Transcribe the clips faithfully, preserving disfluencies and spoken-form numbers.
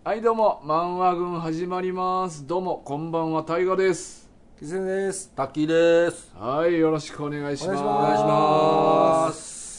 はいどうも漫画軍始まります。どうもこんばんは、タイガです。 キツネです。 タッキーです。 はい、よろしくお願いします。 お願いします。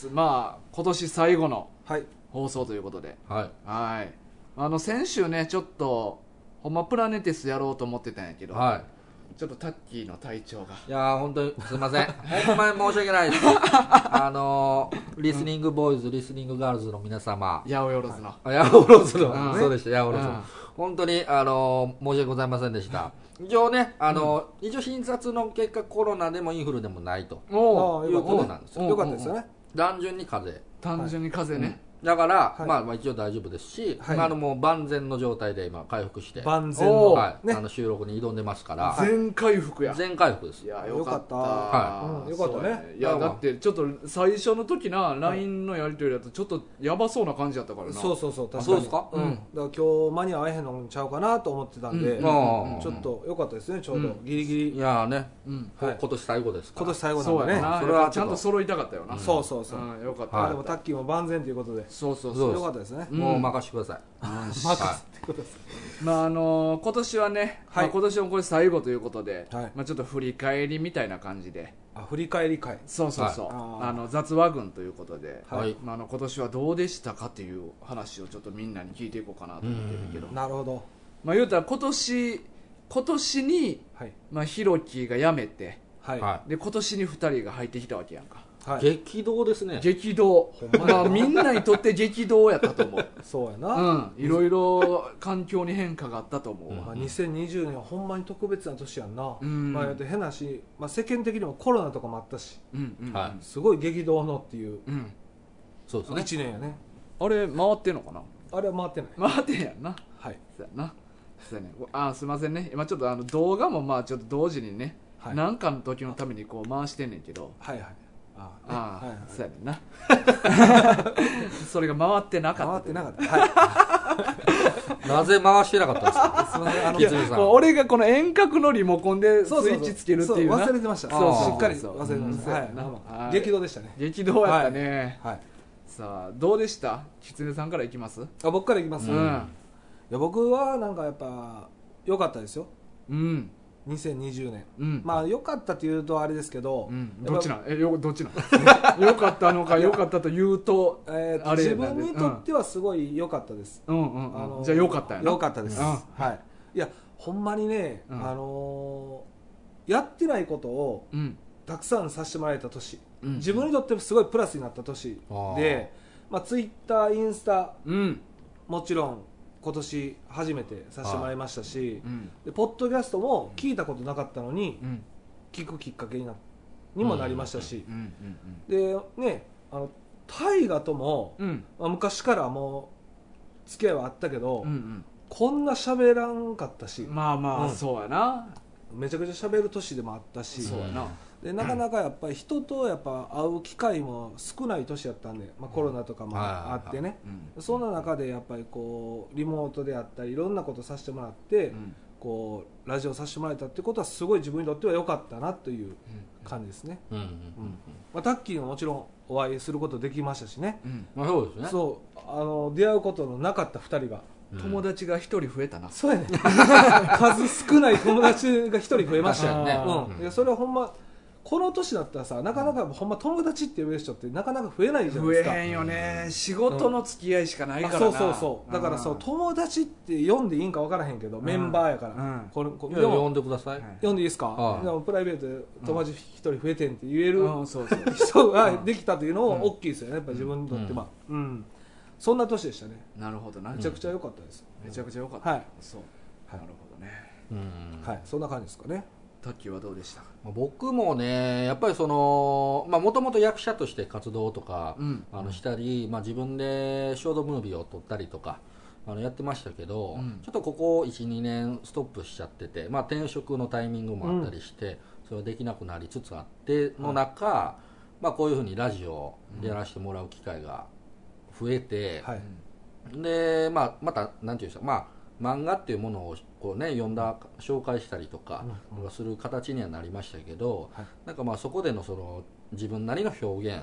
まあ今年最後のはい放送ということで、 はいはい、あの先週ねちょっとほんまプラネテスやろうと思ってたんやけど、 はちょっとタッキーの体調が、 い。いやー本当にすいません。ほんまに申し訳ないです。あのー、リスニングボーイズ、リスニングガールズの皆様、 八百万の、 あヤオロズの、 うんそうでした、ヤオロズうん本当にあのー、申し訳ございませんでした。一応ね、あのー、一応診察の結果コロナでもインフルでもないとおーいうことなんですよ。 よかったですよね。 単純に風邪。 単純に風邪ね、 だから、 はいまあ、まあ一応大丈夫ですし、 はいまあ、あのもう万全の状態で今回復して、 万全のおーはいねあの収録に挑んでますから、 全回復や。 全回復です。 いやよかった、 はいうんよかったねそうやいやだってちょっと最初の時な ライン のやり取りだとちょっとやばそうな感じだったからな。 そうそうそう確かにそうですかうん、だから今日間に合わへんのちゃうかなと思ってたんで、 うんうんちょっと良かったですね。ちょうどうんギリギリいやーね、 うんはい今年最後ですから今年最後なんでね。 そうやな、 それはちゃんと揃いたかったよな、 そうそうそう。 ん、よかった、 はいまあでもタッキーも万全ということでそうそうそうそうです良かったですね。 うんもう任せてください。 任せはまああのー今年はね、 はいまあ、今年もこれ最後ということで、 はいまあ、ちょっと振り返りみたいな感じで、 あ振り返り会。 そうそうそう、 はいあーあの雑話群ということで、 はいはいまあ、あの今年はどうでしたかっていう話をちょっとみんなに聞いていこうかなと思ってるけど、 なるほど。 まあ言うたら今年今年に、 はいまあ、ひろきが辞めて、 はいはで今年にふたりが入ってきたわけやんか。 はい。 激動ですね。 激動、まあ、みんなにとって激動やったと思うそうやな。 うん、いろいろ環境に変化があったと思うわ、 まあ、にせんにじゅうねんはほんまに特別な年やんな。 うんまあだって変なし、まあ世間的にもコロナとかもあったし、 うんうんうんはいすごい激動のっていううん、 そうですね。 一年やね。 あれ回ってんのかな。 あれは回ってない。 回ってんやんな。 はい。 そうやな、そうやね。あ、すいませんね、今ちょっとあの動画もまあちょっと同時にね、 はいなんかの時のためにこう回してんねんけど、 はいはい。あああ、 はいはいそうやねんなそれが回ってなかった回ってなかった。はい。 なぜ回してなかったんですか。 すみません。あのいやキツネさんもう俺がこの遠隔のリモコンでスイそうそうそうッチつけるっていうな、 そう忘れてました。 そうそうしっかりそう忘れてました。はいうんそうやなはい激動でしたね。 激動やったね、 はい。 さあどうでした。きつねさんからいきます。 あ僕からいきます。いうんや僕はなんかやっぱ良かったですよ。 うんにせんにじゅうねん。 うんまあ良かったというとあれですけどう、ん、 やっぱどっちなんえよどっちなんよかったのかよかったと言うとえーとあれ自なんで分にとってはすごい良かったです。 うんうんうん、 あのじゃあよかったよな。 良かったです。 うんはい。いやほんまにね、 うんあのーやってないことをうんたくさんさせてもらえた年。 うん自分にとってすごいプラスになった年あーで、まあ、ツイッター、インスタうんもちろん今年初めてさせてもらいましたし、 うんでポッドキャストも聞いたことなかったのにうん聞くきっかけになにもなりましたし、 うんでねあの大河とも、 うんうんまあ、昔からもう付き合いはあったけど、 うんこんな喋らんかったし、 うんまあまあ、 うんそうやな。 めちゃくちゃ喋る年でもあったし、 そうやな。 でなかなかやっぱり人とやっぱ会う機会も少ない年やったんで、まあ、コロナとかもあってね、 うんそんな中でやっぱりこうリモートであったりいろんなことさせてもらって、 うんこうラジオさせてもらえたってことはすごい自分にとっては良かったなという感じですね、 うんうんうんまあ、タッキーももちろんお会いすることできましたしね、 うんまあそうですね。 そうあの出会うことのなかったふたりが、 うん友達が一人増えたな。 そうやね数少ない友達が一人増えましたよね、 確かにねうん、いやそれはほんまこの年だったらさなかなかほんま友達って言える人ってなかなか増えないじゃない増ですか。 えへんよね。仕事の付き合いしかないあからな。 そうそうそうだからそう友達って呼んでいいんか分からへんけど、 んメンバーやから、 うんこれこいや呼でもんでください。 はい呼んでいいですか、 はいでもプライベートで友達一人増えてんって言えるうん、そうそう。 人ができたというのも大きいですよねやっぱ自分にとってうんは、うんそんな年でしたね。 なるほどな。 めちゃくちゃ良かったです、 めちゃくちゃ良かった。 はいそう。 はいなるほどね。 うんはい、そんな感じですかね。 タッキーはどうでしたか。 僕もねやっぱりそのもともと役者として活動とか、 うんあのしたり、まあ、自分でショートムービーを撮ったりとかあのやってましたけど、 うんちょっとここいちにねんストップしちゃってて、まあ、転職のタイミングもあったりして、それができなくなりつつあっての中、まあ、こういうふうにラジオをやらせてもらう機会が増えて、 はい、 で、まあ、またなんていうんですか、まあ、漫画っていうものをこう、ね、読んだ紹介したりとかうんする形にはなりましたけど、 はいなんかまあそこでのその自分なりの表現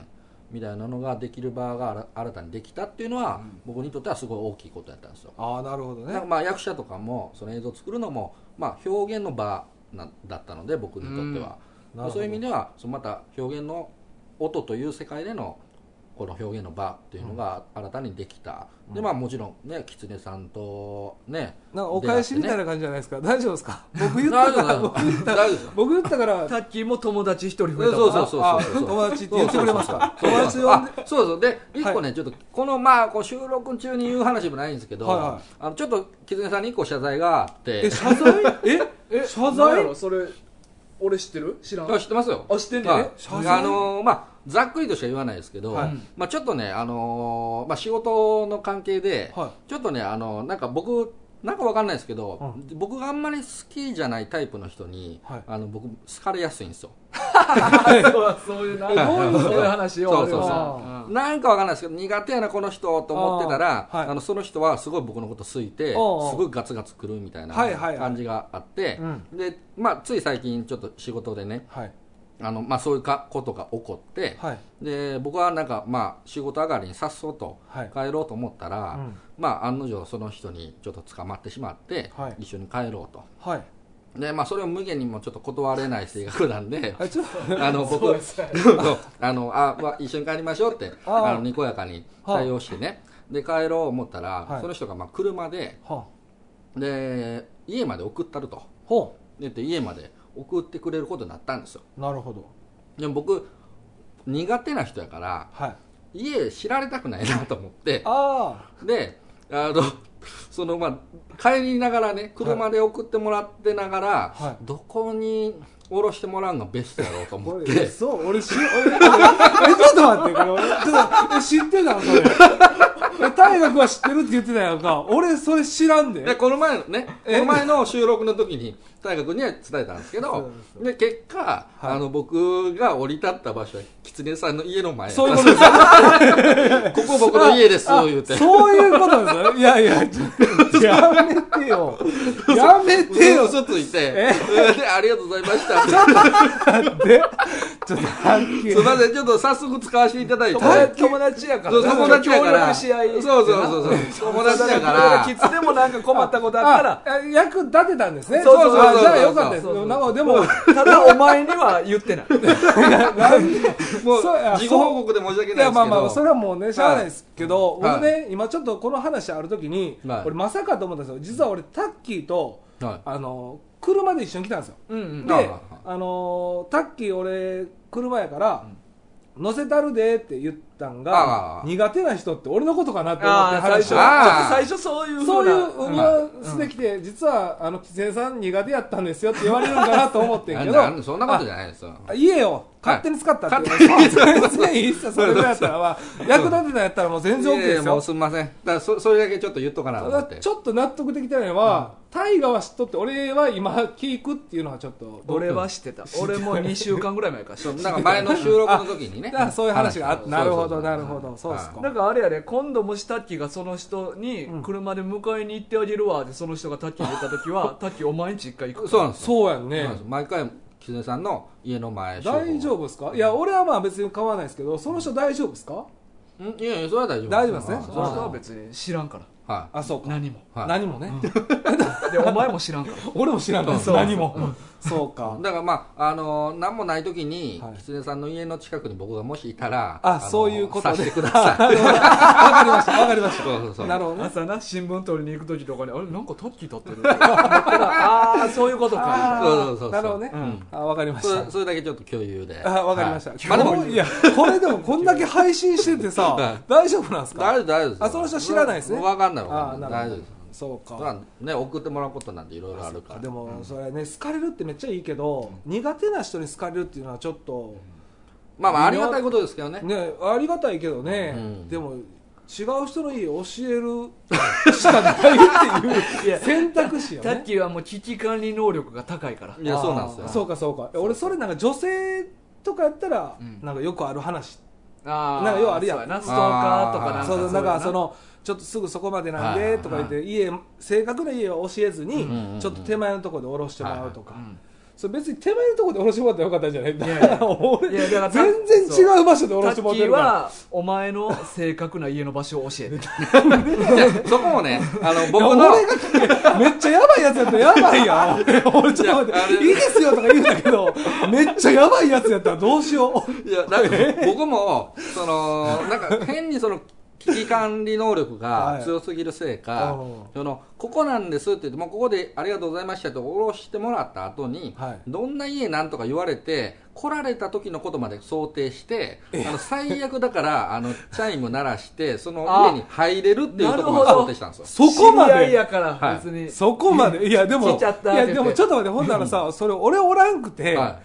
みたいなのができる場が新たにできたっていうのは、うん、僕にとってはすごい大きいことやったんですよ。 ああなるほどね。 まあ役者とかもその映像を作るのも、まあ、表現の場なだったので僕にとっては、うん、そういう意味ではそのまた表現の音という世界でのこの表現の場っていうのが新たにできた、うん、でまあもちろんね狐さんとねなんかお返しみたいな感じじゃないですか。大丈夫ですか。僕言ったから僕言った僕言ったからタッキーも友達一人増えた。 そうそうそうそう友達って言ってくれますか。友達呼んで。 そうそうで一個ね、はい、ちょっとこのまあこう収録中に言う話もないんですけど、はいはい、あのちょっと狐さんに一個謝罪があって。 え謝罪ええ謝罪それ俺知ってる知らん。 あ知ってますよ。 あ知ってんねん、 はい、あのー、まあざっくりとしか言わないですけど、はい、まあ、ちょっとね、あのーまあ、仕事の関係で、はい、ちょっとね、あのー、なんか僕なんかわかんないですけど、うん、僕があんまり好きじゃないタイプの人に、はい、あの僕好かれやすいんですよ。 そういうなそういう話をそうそうそう、うん、なんかわかんないですけど苦手やなこの人と思ってたら、あ、はい、あのその人はすごい僕のこと好いてすごいガツガツくるみたいな感じがあって、で、まあ、つい最近ちょっと仕事でね、はい、あのまあ、そういうかことが起こって、はい、で僕はなんか、まあ、仕事上がりにさっそうと帰ろうと思ったら、はい、うん、まあ、案の定その人にちょっと捕まってしまって、はい、一緒に帰ろうと、はい、でまあ、それを無限にもちょっと断れない性格なんであの僕あのあ、まあ、一緒に帰りましょうってあのにこやかに対応してね、で帰ろう思ったら、はい、その人がまあ車で、で家まで送ったるとで家まで送ってくれることになったんですよ。 なるほど。 でも僕苦手な人やから、はい、家知られたくないなと思って、あであのそのまあ帰りながらね車で送ってもらってながら、はい、どこに降ろしてもらうのがベストやろうと思って。 そう俺知俺ちょっと待ってこれちょっと知ってたのそれ大学は知ってるって言ってたやんか。俺それ知らんで。 でこの前のねこの前の収録の時に大学には伝えたんですけどで結果、はい、あの僕が降り立った場所は狐さんの家の前。 そういうことですよここ僕の家です言うて。 そういうことですよ。いやいややめてよやめてよ。 嘘ついてでありがとうございましたちょっと待ってちょっとはっきりすいませんちょっと早速使わせていただいて友達やから友達やから協力し合いそうそうそうそう友達やからキツでもなんか困ったことあったら役立てたんですね。 そうそうそうそうじゃあよかったです。でもただお前には言ってないもう事後報告で申し訳ないですけど。いやまあまあそれはもうねしゃあないですけど、僕ね今ちょっとこの話ある時に俺まさかと思ったんですよ。実は俺タッキーとあの車で一緒に来たんですよ。であのタッキー俺車やから乗せたるでって言ったんが苦手な人って俺のことかなって思って最初最初そういうそういうニュアンスできて、実はあの狐さん苦手やったんですよって言われるんかなと思ってんけどそんなことじゃないですよ。 家を勝手に使ったって全然いいっすよ。それぐらいやったらは役立てたんやったらもう全然 OK ですよ。 もうすみません。だからそそれだけちょっと言っとかなと思って。 ちょっと納得できてないのは大河は知っとって俺は今聞くっていうのはちょっと俺は知ってた。俺もにしゅうかんぐらい前から知ってた。 なんか前の収録の時にねそういう話があって。なるほどなるほどそうですか。 なんかあれやね今度もしタッキーがその人に車で迎えに行ってあげるわってその人がタッキーに言った時はタッキーお前んち一回行く。 そうなんです。 そうやんね。 毎回狐さんの家の前。 大丈夫ですか。いや俺はまあ別に買わないですけどその人大丈夫ですか。 んいやいやそれは大丈夫。 大丈夫ですね。 その人は別に知らんから。 はい、 あそうか何も、 はい、何もね、うん、 でお前も知らんから俺も知らんから何も、うん、そうか。 だからまああのー、何もない時に、はい、狐さんの家の近くに僕がもしいたらあそういうことでさせてください。 わかりましたわかりました。そうそうそうなるほど、ね、 朝な新聞取りに行く時とかにあれなんかタッキー撮ってるああそういうことか。 そうそうそうなるほどね、うん、あわかりました。 そ, それだけちょっと共有で。 あわかりました、はい、 まあ、でもいやこれでもこんだけ配信しててさ、はい、大丈夫なんですか。 大丈夫大丈夫です。 あその人知らないですね。 わかんないわかんない。大丈夫です。 そうか、 まあね、送ってもらうことなんていろいろあるから。 でもそれね好かれるってめっちゃいいけど、うん、苦手な人に好かれるっていうのはちょっと、 まあまあありがたいことですけどね。 ねありがたいけどね、うん、でも違う人の家教えるしかないっていう選択肢よね。 タッキーはもう危機管理能力が高いから。 いやそうなんですよ。 そうかそうか。俺それなんか女性とかやったら、うん、なんかよくある話、あなんかようあるやん。 ストーカーとかなんかそうなんかそのちょっとすぐそこまでなんでとか言って家正確な家は教えずにちょっと手前のところで下ろしてもらうとか、 それ別に手前のところで降ろしてもらったらよかったんじゃない？ いやいや俺いやだから全然違う場所で降ろしてもらってるから。 タッキーはお前の正確な家の場所を教えてそこもね、あの僕の俺がめっちゃやばいやつやったらやばいやん。俺ちょっと待って、いいですよとか言うんだけど、めっちゃやばいやつやったらどうしよう。 いやなんか僕もそのなんか変にその危機管理能力が強すぎるせいか、はい、そのここなんですって言ってもうここでありがとうございましたと下ろしてもらった後に、はい、どんな家なんとか言われて来られた時のことまで想定してあの最悪だからあのチャイム鳴らしてその家に入れるっていうところまで想定したんですよ。 そこまで知り合いやから別に、 はい、そこまでいやでもいやでもちょっと待ってほんならさそれ俺おらんくて、はい、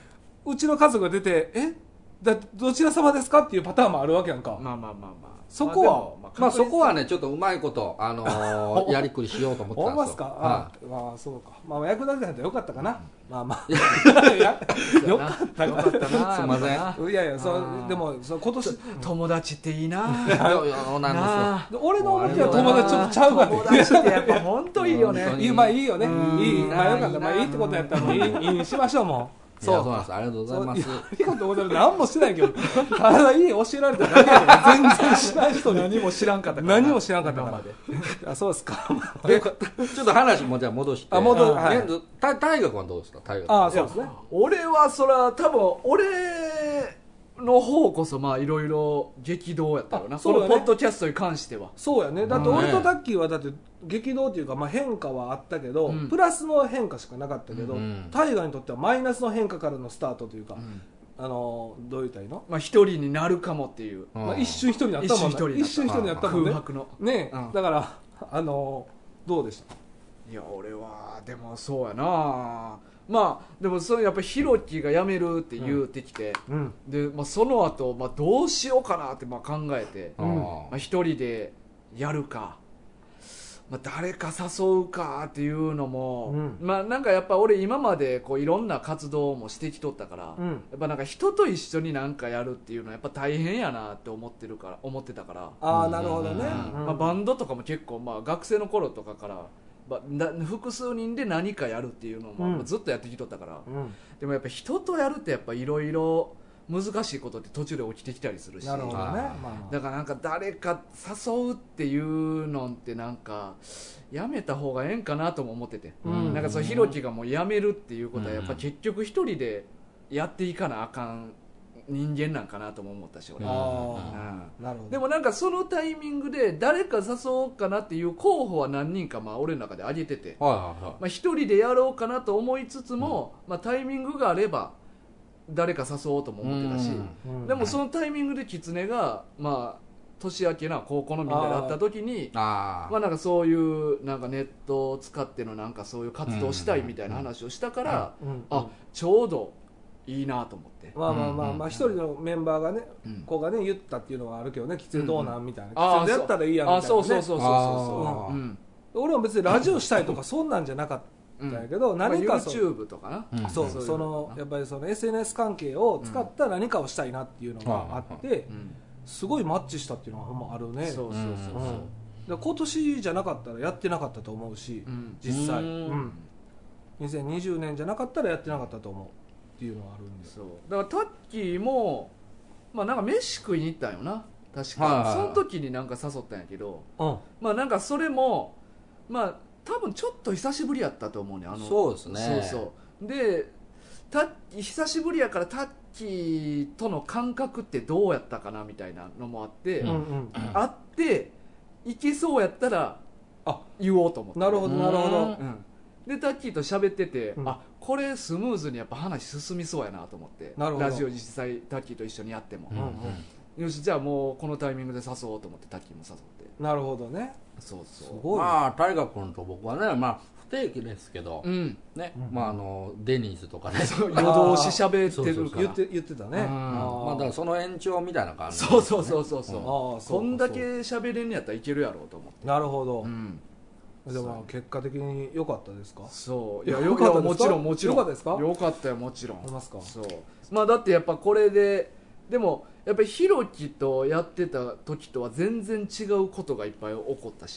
うちの家族が出てえだどちら様ですかっていうパターンもあるわけやんか。 まあまあまあまあそこは、 まあ、まあそこはねちょっとうまいこと、あのー、やりくりしようと思ってたんですよ。 思いますか、はい、あまあそうか、まあ役立てたらよかったかな、まあまあよかったよかったなすいませんいやいやそうでもそう今年友達っていいなそうなんですよ。 俺の思っては友達ちょっとちゃうから友達ってやっぱ本当いいよね。 いいまあいいよねいいまあよかったまあいいってことやったらいいいいしましょうもう。 そうそうなんです。ありがとうございます。 ありがとうございます。何もしてないけど、体いい教えられただけやから、全然知らん人何も知らんかったから。 何も知らんかったから。あ、そうですか。 ちょっと話もじゃあ戻して。 あ、戻る。はい。 大学はどうですか？大学。 あ、そうですね。 俺はそら多分俺の方こそまあいろいろ激動やったよな。このポッドキャストに関しては。 そうやね。だって俺とタッキーはだって激動っていうかまあ変化はあったけど、プラスの変化しかなかったけど、タイガーにとってはマイナスの変化からのスタートというか、あのどう言ったらいいの？ まあ一人になるかもっていう。 まあ一瞬一人になったもんね。一瞬一人になったもんね。 空白の。 ね、だからあのどうでした？ いや俺はでもそうやな。まあでもそれやっぱりひろきが辞めるって言うてきて、うん、で、まあ、その後、まあどうしようかなってまあ考えて、うん、まあ、一人でやるか、まあ、誰か誘うかっていうのも、うん、まあなんかやっぱ俺今までこういろんな活動もしてきとったから、うん、やっぱなんか人と一緒になんかやるっていうのはやっぱ大変やなって思ってるから思ってたから。 ああなるほどね、 うんまあ、バンドとかも結構まあ学生の頃とかから複数人で何かやるっていうのもずっとやってきとったから、うん、でもやっぱ人とやるってやっぱいろいろ難しいことって途中で起きてきたりするし、 なるほどね、 だからなんか誰か誘うっていうのってなんかやめた方がええんかなとも思ってて、うん、なんかそのひろきがもうやめるっていうことはやっぱ結局一人でやっていかなあかん人間なんかなとも思ったし俺、あ、うん、なるほど。でもなんかそのタイミングで誰か誘おうかなっていう候補は何人かまあ俺の中で挙げてて、はいはいはい、まあ、一人でやろうかなと思いつつも、うん、まあ、タイミングがあれば誰か誘おうとも思ってたし、うんうん、でもそのタイミングで狐がまあ年明けな高校のみんなで会った時にあ、まあ、なんかそういうなんかネットを使ってのなんかそういう活動したいみたいな話をしたから、うんうん、あちょうどいいなと思って、 まあまあまあまあ一人のメンバーがね、うん、子がね言ったっていうのはあるけどね、狐どうなんみたいな、狐やったらいいやみたいな、ね、あそうそうそうそうそう、うん、俺も別にラジオしたいとかそんなんじゃなかったんやけど、うん、何か YouTube とかな、 うん、そうそのやっぱりその エスエヌエス 関係を使った何かをしたいなっていうのがあって、うん、すごいマッチしたっていうのがほんまあるね。そうそうそうそう、うん、今年じゃなかったらやってなかったと思うし、うん、実際、うん、にせんにじゅうねんじゃなかったらやってなかったと思うっていうのがあるんです。 そうだからタッキーもまあなんか飯食いに行ったんよな確か、はいはいはい、その時になんか誘ったんやけど、うん、まあなんかそれもまあ多分ちょっと久しぶりやったと思うね、あのそうですね、 そうそうでタ久しぶりやからタッキーとの感覚ってどうやったかなみたいなのもあって、うんうん、あっていけそうやったらあ言おうと思って。 なるほどなるほど、うん、 でタッキーと喋ってて、うん、あこれスムーズにやっぱ話進みそうやなと思って、ラジオ実際タッキーと一緒にやっても、うんうん、よしじゃあもうこのタイミングで誘おうと思ってタッキーも誘って。 なるほどね。 そうそう、 すごい。まあ大河君と僕はね、まあ不定期ですけど、うん、ね、うん、まああのデニーズとかね、 夜通し喋ってるから言って言ってたね。あまあだからその延長みたいな感じ、 ね。そうそうそうそうそう。うん、あこんだけ喋れんやったらいけるやろうと思って。 なるほど。うん、でも結果的に良かったですか？ そう。いや良かったですか？もちろんもちろん。 良かったですか？ 良かったよもちろん。 いますか？ そう。まあだってやっぱこれででも。やっぱりひろきとやってた時とは全然違うことがいっぱい起こったし、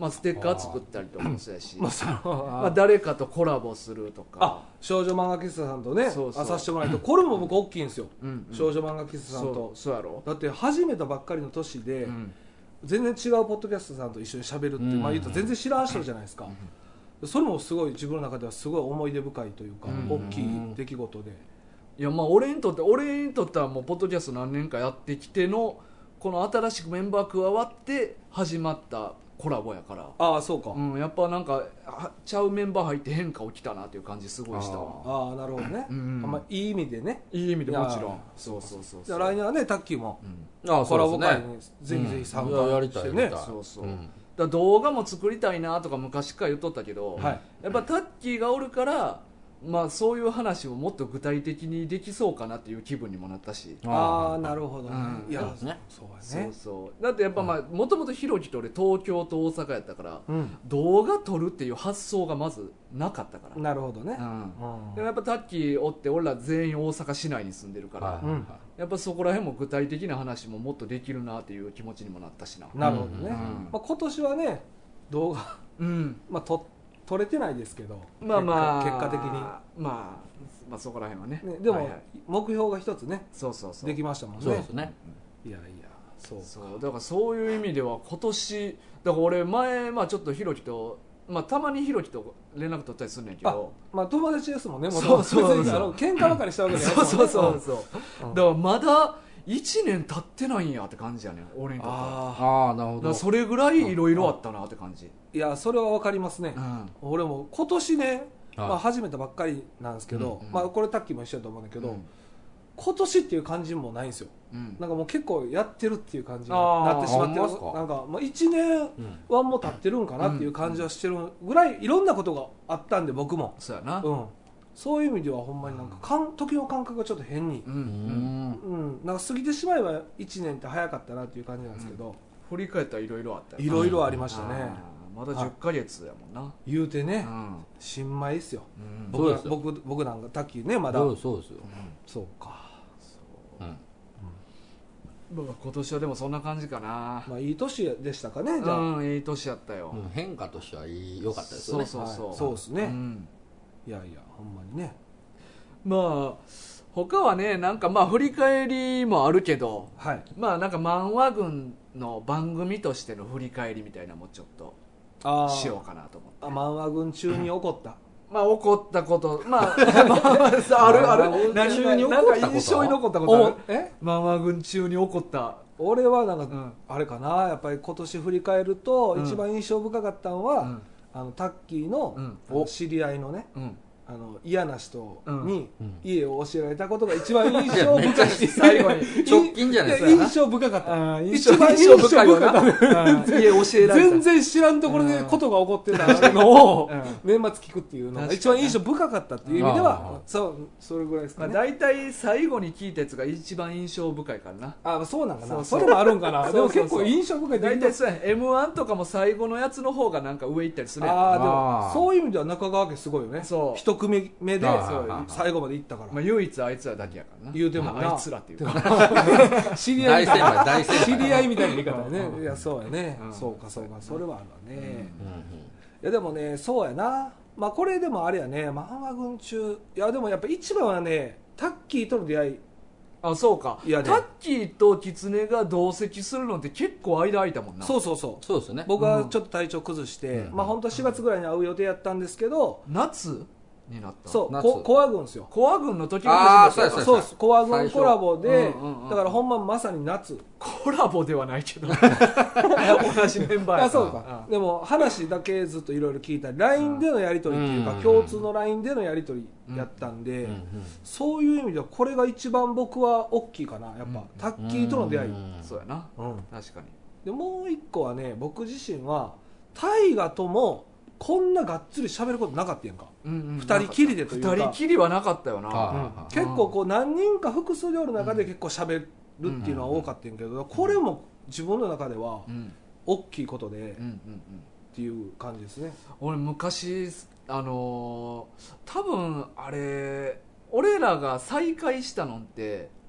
まあ、ステッカー作ったりとかもそうやしまあそのまあ、誰かとコラボするとかあ少女漫画喫茶さんとねそうそうさせてもらえるとこれも僕大きいんですよ、 うんうん、 少女漫画喫茶さんとそうそうやろだって始めたばっかりの年で、うん、全然違うポッドキャストさんと一緒にしゃべるって、うん、まあ言うと全然知らん人じゃないですか、うん、それもすごい自分の中ではすごい思い出深いというか、うん、大きい出来事でいやまあ俺にとって俺にとってはもうポッドキャスト何年かやってきてのこの新しくメンバー加わって始まったコラボやからああそうか、 うん、やっぱなんかちゃうメンバー入って変化起きたなっていう感じすごいしたわああなるほどね、うんうん、まあ、いい意味でねいい意味でもちろんそうそうそうそう来年はねタッキーも、 うん、あコラボ会にぜひぜひ参加してね、 うん、そうそう、うん、だ動画も作りたいなとか昔から言っとったけど、はい、やっぱタッキーがおるからまあ、そういう話をもっと具体的にできそうかなっていう気分にもなったしああなるほどね、 うん、 いやそうねそうやねそうそうだってやっぱもともとひろきと俺東京と大阪やったから、うん、動画撮るっていう発想がまずなかったからなるほどね、 うんうん、でもやっぱタッキーおって俺ら全員大阪市内に住んでるから、うん、やっぱそこら辺も具体的な話ももっとできるなっていう気持ちにもなったしななるほどね、うんまあ、今年はね動画、うんまあ、撮って取れてないですけど、 まあまあ、 結果的に、 まあ、まあそこら辺は ね, ねでも、はいはい、目標が一つねそうそうそうできましたもんねそうですねいやいやそうそうだからそういう意味では今年だから俺前、まあ、ちょっとひろきと、まあ、たまにひろきと連絡取ったりするんねんけどまあ友達ですもんねもうそうそうそうそうあの喧嘩ばかりしたわけじゃないそうそうそうそう、うん、だからまだいちねん経ってないんやって感じやねん俺にとってああなるほどそれぐらいいろいろあったなって感じいやそれは分かりますね、うん、俺も今年ね、まあ、始めたばっかりなんですけど、うんうんまあ、これタッキーも一緒だと思うんだけど、うん、今年っていう感じもないんですよ、うん、なんかもう結構やってるっていう感じになってしまってるなんか、まあ、いちねんはもう経ってるんかなっていう感じはしてるぐらいいろんなことがあったんで僕もそうやな、 うんそういう意味ではほんまになんかかん時の感覚がちょっと変に、うんうんうん、なんか過ぎてしまえばいちねんって早かったなっていう感じなんですけど、うん、 振り返ったらいろいろあったよいろいろありましたねまだじゅっかげつやもんな言うてね、うん、新米ですよ、うん、僕は僕僕なんかタッキーねまだそうそうですよ、 うん、そうかそう、うんうん、今年はでもそんな感じかなまあいい年でしたかねじゃあ、 うん、いい年やったよ、 うん、変化としてはいい良かったですよねそうそうそう、 はい、そうですね、うんいやいやほんまにねまあ他はねなんかまあ振り返りもあるけど、はい、まあなんか漫画軍の番組としての振り返りみたいなのもちょっとしようかなと思ってあ漫画軍中に起こった、 まあ起こったことまああるある何中に起こったことなんか印象に残ったことあるえ漫画軍中に起こった俺はなんか、うん、あれかなやっぱり今年振り返ると、うん、一番印象深かったのは、うんあのタッキー の,、うん、あの知り合いのね、うん、あの嫌な人に家を教えられたことが一番印象深い最後に直近じゃないですか印象深かった一番印象深いよな家教えられた全然知らんところでことが起こってたのを年末聞くっていうのが一番印象深かったっていう意味ではそうそれぐらいですかね大体最後に聞いたやつが一番印象深いからなあそうなんかなそれもあるんかなでも結構印象深い大体そうや エムワン とかも最後のやつの方がなんか上行ったりするやんああでもそういう意味では中川家すごいよねそう一組目で最後まで行ったから、 まあ、唯一あいつらだけやからな言うてもあいつらっていうか知り合いみたいな大先輩知り合いみたいな言い方でねいやそうやね、うん、そうかそうかそれはあるわね、うんうん、いやでもねそうやなまあこれでもあれやね漫画軍中いやでもやっぱ一番はねタッキーとの出会いあそうかいや、ね、タッキーとキツネが同席するのって結構間空いたもんなそうそうそうそうですね僕はちょっと体調崩して、うん、まあ本当はしがつぐらいに会う予定やったんですけど夏になったそうコ, コア軍ですよコア軍の時が初めてそうですコア軍コラボで、うんうんうん、だからほんままさに夏コラボではないけど同じメンバーやあそうか、うん、でも話だけずっといろいろ聞いたり ライン でのやり取りっていうか、うん、共通の ライン でのやり取りやったんで、うんうん、そういう意味ではこれが一番僕は大きいかなやっぱ、うん、タッキーとの出会い、うん、 そうやな、うん、確かにでもう一個はね僕自身は大河ともこんながっつり喋ることなかったやんか、うんうん、ふたりきりでというかふたりきりはなかったよな、 うん、結構こう何人か複数でおる中で結構喋るっていうのは多かったんやけどこれも自分の中では大きいことでっていう感じですね。 俺昔あのー、多分あれ俺らが再会したのって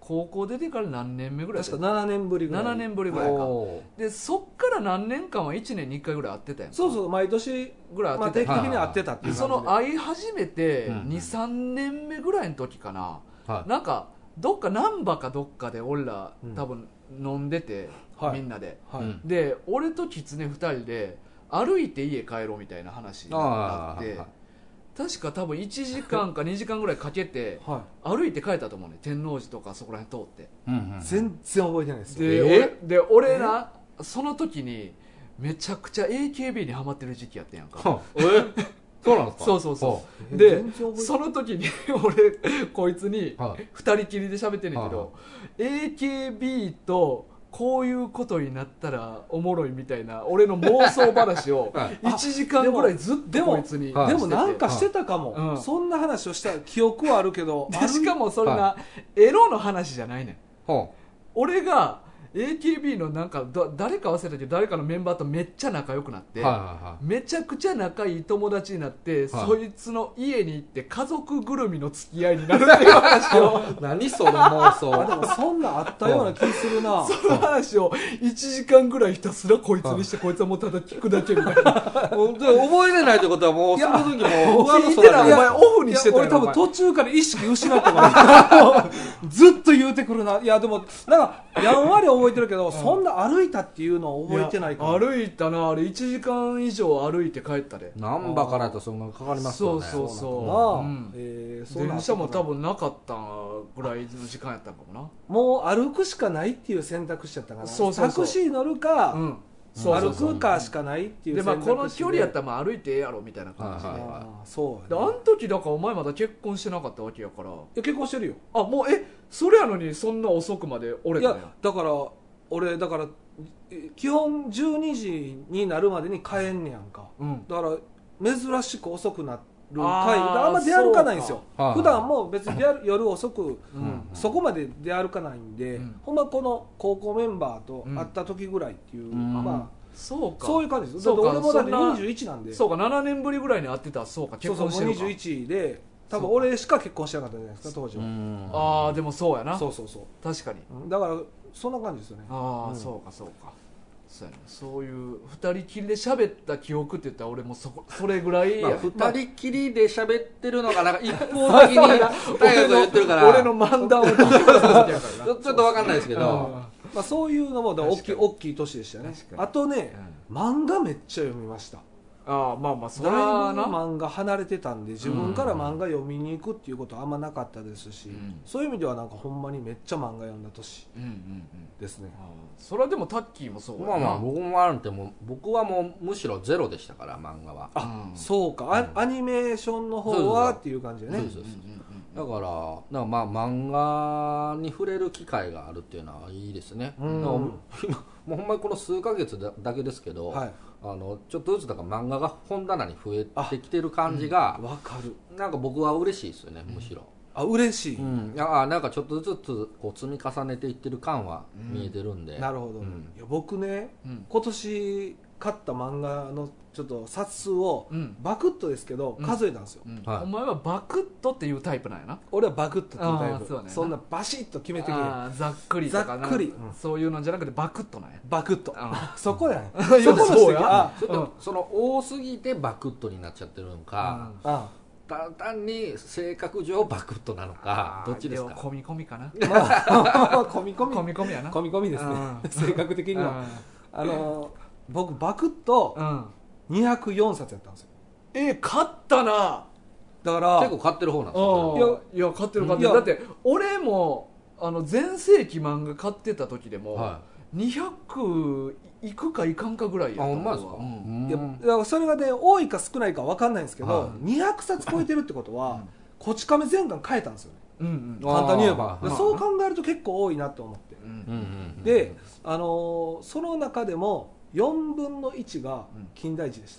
高校出てから何年目ぐらい確かななねんぶりぐらいななねんぶりぐらいかでそっから何年間はいちねんにいっかいぐらい会ってたやんそうそう毎年ぐらい会ってた、まあ、定期的に会ってたっていうその会い始めてにさんねんめぐらいの時かな、はい、なんかどっか難波かどっかで俺ら多分飲んでて、うん、みんなで、はい、で俺と狐ふたりで歩いて家帰ろうみたいな話になって、はい、確か多分いちじかんかにじかんぐらいかけて歩いて帰ったと思うね天王寺とかそこら辺通って、 うんうん、全然覚えてないですで、え俺で俺なその時にめちゃくちゃ エーケービー にハマってる時期やってんやんかえそうなんですかそうそうそうでその時に俺こいつにふたりきりで喋ってんねんけど、はい、エーケービー とこういうことになったらおもろいみたいな俺の妄想話をいちじかんぐらいずっとこいつにでも、でもなんかしてたかも、うん、そんな話をした記憶はあるけどしかもそれが、はい、エロの話じゃないねん、はあ、俺がエーケービー のなんか誰か忘れたけど誰かのメンバーとめっちゃ仲良くなって、はいはいはい、めちゃくちゃ仲いい友達になって、はい、そいつの家に行って家族ぐるみの付き合いになるっていう話を何その妄想あでもそんなあったような気するなその話をいちじかんぐらいひたすらこいつにして、はい、こいつはもうただ聞くだけみたいな覚えてないってことはもうその時も聞いてないお前オフにしてたよ俺多分途中から意識失ったからずっと言うてくるないやでもなんかやんわり覚えてるけど、うん、そんな歩いたっていうのを覚えてないから歩いたなあれいちじかん以上歩いて帰ったで難波からやとそんなかかりますよねそうそうそう、うんえー、そう電車も多分なかったぐらいの時間やったんかもなもう歩くしかないっていう選択肢やったからそうそうそうタクシー乗るか、うんそうそうそう歩くかしかないっていう選択肢で、 まあ、この距離やったらまあ歩いてええやろみたいな感じで、はいはいはい、あそうであの時だからお前まだ結婚してなかったわけやからいや結婚してるよあもうえそれやのにそんな遅くまで俺いやだから俺だから基本じゅうにじになるまでに帰んねやんか、うん、だから珍しく遅くなってる回あんま出歩かないんですよ普段も別に出歩夜遅く、うん、そこまで出歩かないんで、うん、ほんまこの高校メンバーと会った時ぐらいっていう、うん、まあそうかそういう感じですだって俺もだってにじゅういちなんでそうかななねんぶりぐらいに会ってたそうか結婚してるかそうそうにじゅういちで多分俺しか結婚してなかったじゃないですか当時はああでもそうやなそうそうそう確かにだからそんな感じですよねああ、うん、そうかそうかそうやね、そういう二人きりで喋った記憶って言ったら俺も そ, それぐらいや、 まあ、二人きりで喋ってるのがなんか一方的に大学が言ってるから俺の漫談を聞いてるちょっと分かんないですけどまあ、そういうのも大きい大きい年でしたねあとね、うん、漫画めっちゃ読みましたあまあまあそれはだいぶ漫画離れてたんで自分から漫画読みに行くっていうことはあんまなかったですし、うん、そういう意味ではなんかほんまにめっちゃ漫画読んだ年ですね、うんうんうん、 それはでもタッキーもそうまあまあ僕もあるんでも僕はもうむしろゼロでしたから漫画はあ、うん、そうか、うん、アニメーションの方はっていう感じでねそうそうそうだからなんかまあ漫画に触れる機会があるっていうのはいいですね、うん、今もうほんまにこの数ヶ月だけですけど、はい、あのちょっとずつだから漫画が本棚に増えてきてる感じが、 うん、分かるなんか僕は嬉しいですよねむしろ、 うん、あ嬉しい、 うん、あなんかちょっとずつこう積み重ねていってる感は見えてるんで、 うん、なるほど、うん、いや僕ね、うん、今年買った漫画のちょっと冊数をバクッとですけど数えたんですよ、うんうんはい、お前はバクッとっていうタイプなんやな俺はバクッとっていうタイプ そ, う、ね、そんなバシッと決めてきてざっくりとかなざっくり、うん、 そういうのじゃなくてバクッとなんやバクッとそこやねそこのそうやちょっとその多すぎてバクッとになっちゃってるのか、うん、単に性格上バクッとなのかどっちですか込み込みかな込み込み込み込みやな込み込みですね性格的にはあの僕バクッとにひゃくよんさつやったんですよえー、買ったなだから結構買ってる方なんですよいやいや買ってる買ってるだって俺もあの全盛期漫画買ってた時でも、はい、にひゃくいくかいかんかぐらいやったあほんまですか、 うん、いやだからそれがね多いか少ないか分かんないんですけど、はい、にひゃくさつ超えてるってことは、うん、こち亀全巻買えたんですよね、うんうん、簡単に言えばそう考えると結構多いなと思って、うんうん、で、あのー、その中でもよんぶんのいちが金田一でした、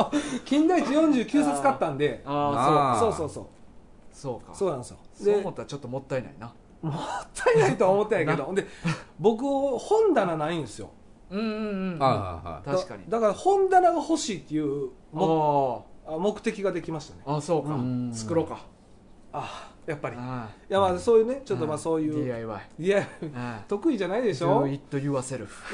うん、金田一よんじゅうきゅうさつ買ったんでああそうそうそうそうかそうなんですよそう思ったらちょっともったいないなもったいないとは思ってないけどで僕本棚ないんですようんうんうん、はいはいはい、確かにだ, だから本棚が欲しいっていう目的ができましたねあそうか、うん作ろうかあやっぱり。いやまあそういうねちょっとまあそういうディーアイワイディーアイワイ 得意じゃないでしょ。 Do it yourself い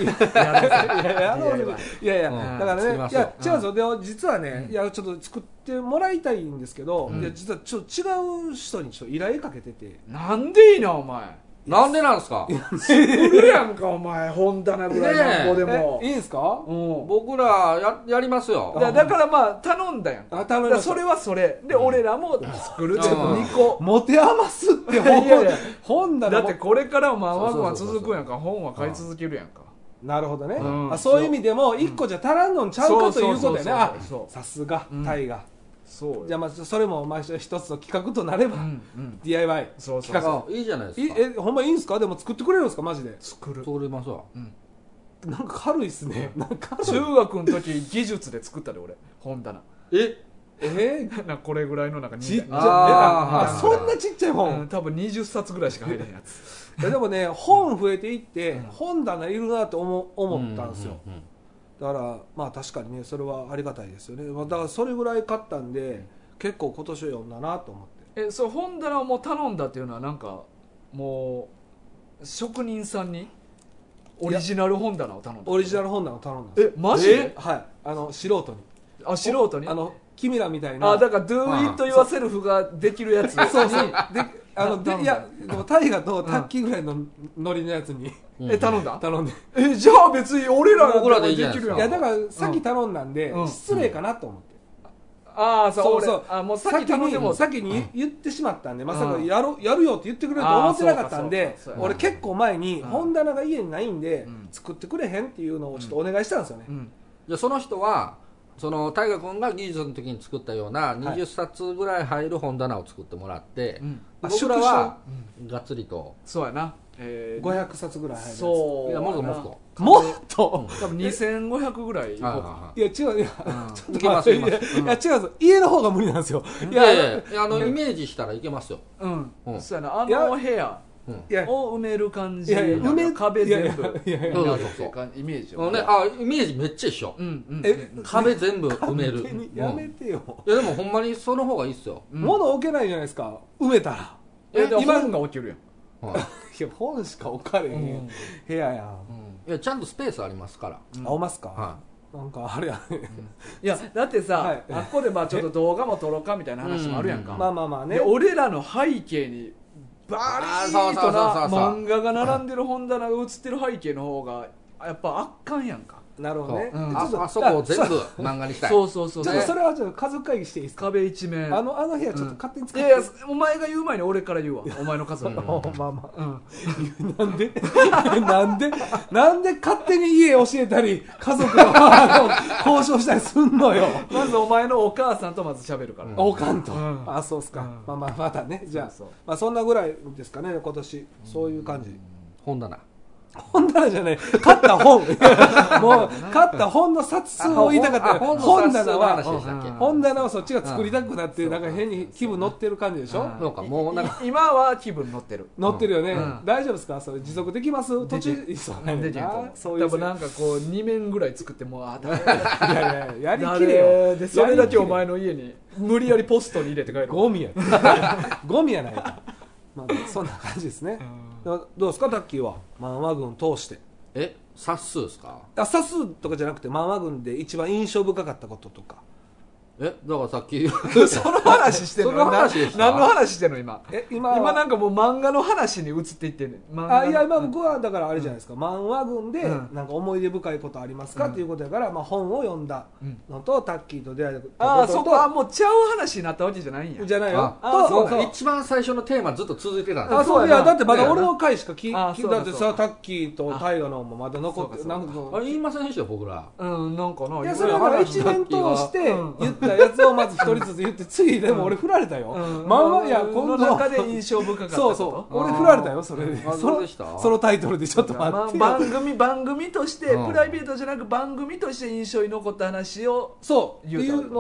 やいやだからねいや違うんですよ。で実はねいやちょっと作ってもらいたいんですけどいや実はちょっと違う人にちょっと依頼かけてて。 なんでいいなお前。 なんでなんですか。 作るやんかお前本棚ぐらいなんぼでも。 いいんすか。 僕ら や, やりますよ。 だからまあ頼んだやん。 あ頼みました。 それはそれで俺らも作るちょっとにこ持て余すって本棚だってこれからもまあワゴンは続くやんか。本は買い続けるやんか。 なるほどね。あそういう意味でもいっこじゃ足らんのんちゃうかということやね。あさすがタイが。そうじゃあまあそれも毎週一つの企画となれば、うんうん、ディーアイワイそうそうそういいじゃないですか。 えほんまいいんすか。でも作ってくれるんですかマジで。 作る作りますわ、 うん、なんか軽いっすね、うん、なんか中学の時技術で作ったで俺本棚。 ええー、なこれぐらいのなんかちっちゃいああそんなちっちゃい本、 うん、多分にじゅっさつぐらいしか入れへんやついやでもね本増えていって、うん、本棚いるなと思思ったんですよ、うんうんうん、だからまあ確かにねそれはありがたいですよね。だからそれぐらい買ったんで結構今年読んだなと思って。 えそう本棚をもう頼んだっていうのはなんかもう職人さんにオリジナル本棚を頼んだ。 オリジナル本棚を頼んだ。 えマジで。 はいあの素人に。 あ素人にあの君らみたいな。 あだから Do it yourself ができるやつそうそうであのでいやでも大河とタッキーぐらいのノリのやつに、 うん、え頼んだ頼んでえじゃあ別に俺ら僕らでいいじゃないですか。いやだからさっき頼んだんで、うん、失礼かなと思って。 ああそうそうあもう先に先に言ってしまったんで、まさかやろやるよって言ってくれると思ってなかったんで、俺結構前に本棚が家にないんで作ってくれへんっていうのをちょっとお願いしたんですよね。 じゃあその人はその大河君が技術の時に作ったようなにじゅっさつぐらい入る本棚を作ってもらって、僕らはがっつりとそうやなごひゃくさつぐらい入るやつ。 そういやもっともっともっと多分にせんごひゃくぐらいいこうか。いや違ういやちょっと待っていや違うんです家の方が無理なんですよ。 いやいやあのイメージしたらいけますよ。 うんそうやなあの部屋を埋める感じ。埋め壁全部そうそうそうイメージをね。あイメージめっちゃ一緒。壁全部埋める。 やめてよ。 いやでもほんまにその方がいいっすよ。 物置けないじゃないですか埋めたら。 え今本が置けるやん。 いや本しか置かれへん部屋やん。 いやちゃんとスペースありますから。 あおますか。なんかあれやね。 いやだってさあっこでまあちょっと動画も撮ろうかみたいな話もあるやんか。 まあまあまあね。 で俺らの背景にバリーとな漫画が並んでる本棚が写ってる背景の方がやっぱ圧巻やんか。 なるほどね。 あそこを全部漫画にしたい。 そうそうそう。 ちょっとそれはちょっと家族会議していいですか。 壁一面。 あのあの部屋ちょっと勝手に使って。 いやいやお前が言う前に俺から言うわ。お前の家族。 まあまあ。なんでなんでなんで勝手に家教えたり家族の交渉したりすんのよ。 まずお前のお母さんとまず喋るから。 おかんと。あそうっすか。まあまあまたね。じゃあまあそんなぐらいですかね今年そういう感じ。 本棚。 本棚じゃない買った本もう買った本の冊数を言いたかったら本棚は本棚はそっちが作りたくなってなんか変に気分乗ってる感じでしょ。 そうかもうなんか今は気分乗ってる乗ってるよね。大丈夫ですかそれ持続できます。途中そう多分なんかこうに面ぐらい作ってもあいやいややりきれよ。 でそれだけお前の家に無理やりポストに入れて帰る。 ゴミやゴミやないか。まあそんな感じですね。どうですかタッキーは漫画軍通して。 え冊数ですか。 あ冊数とかじゃなくて漫画軍で一番印象深かったこととか。 えだからさっきその話してんの。 その話でした。 何の話してんの今。 え今今なんかもう漫画の話に移っていってんねん。 あいや今僕はだからあれじゃないですか、うん、漫画軍でなんか思い出深いことありますか、うん、っていうことやから、まあ、本を読んだのと、うん、タッキーと出会いたことと。 ああそこはもうちゃう話になったわけじゃないんや。 じゃないよ。 ああそうそう一番最初のテーマずっと続いてたんです。 あそういやだってまだ俺の回しか聞いてだってさタッキーと大河のもまだ残ってなんかあ言いませんでしたよ僕ら。 うんなんかないやそれは一年通して言ったやつをまず一人ずつ言って次でも俺振られたよ。漫画いやこの中で印象深かったそうそう俺振られたよそれで。 そうでした。 そのタイトルでちょっと待って。 番組番組としてプライベートじゃなく番組として印象に残った話をそういうの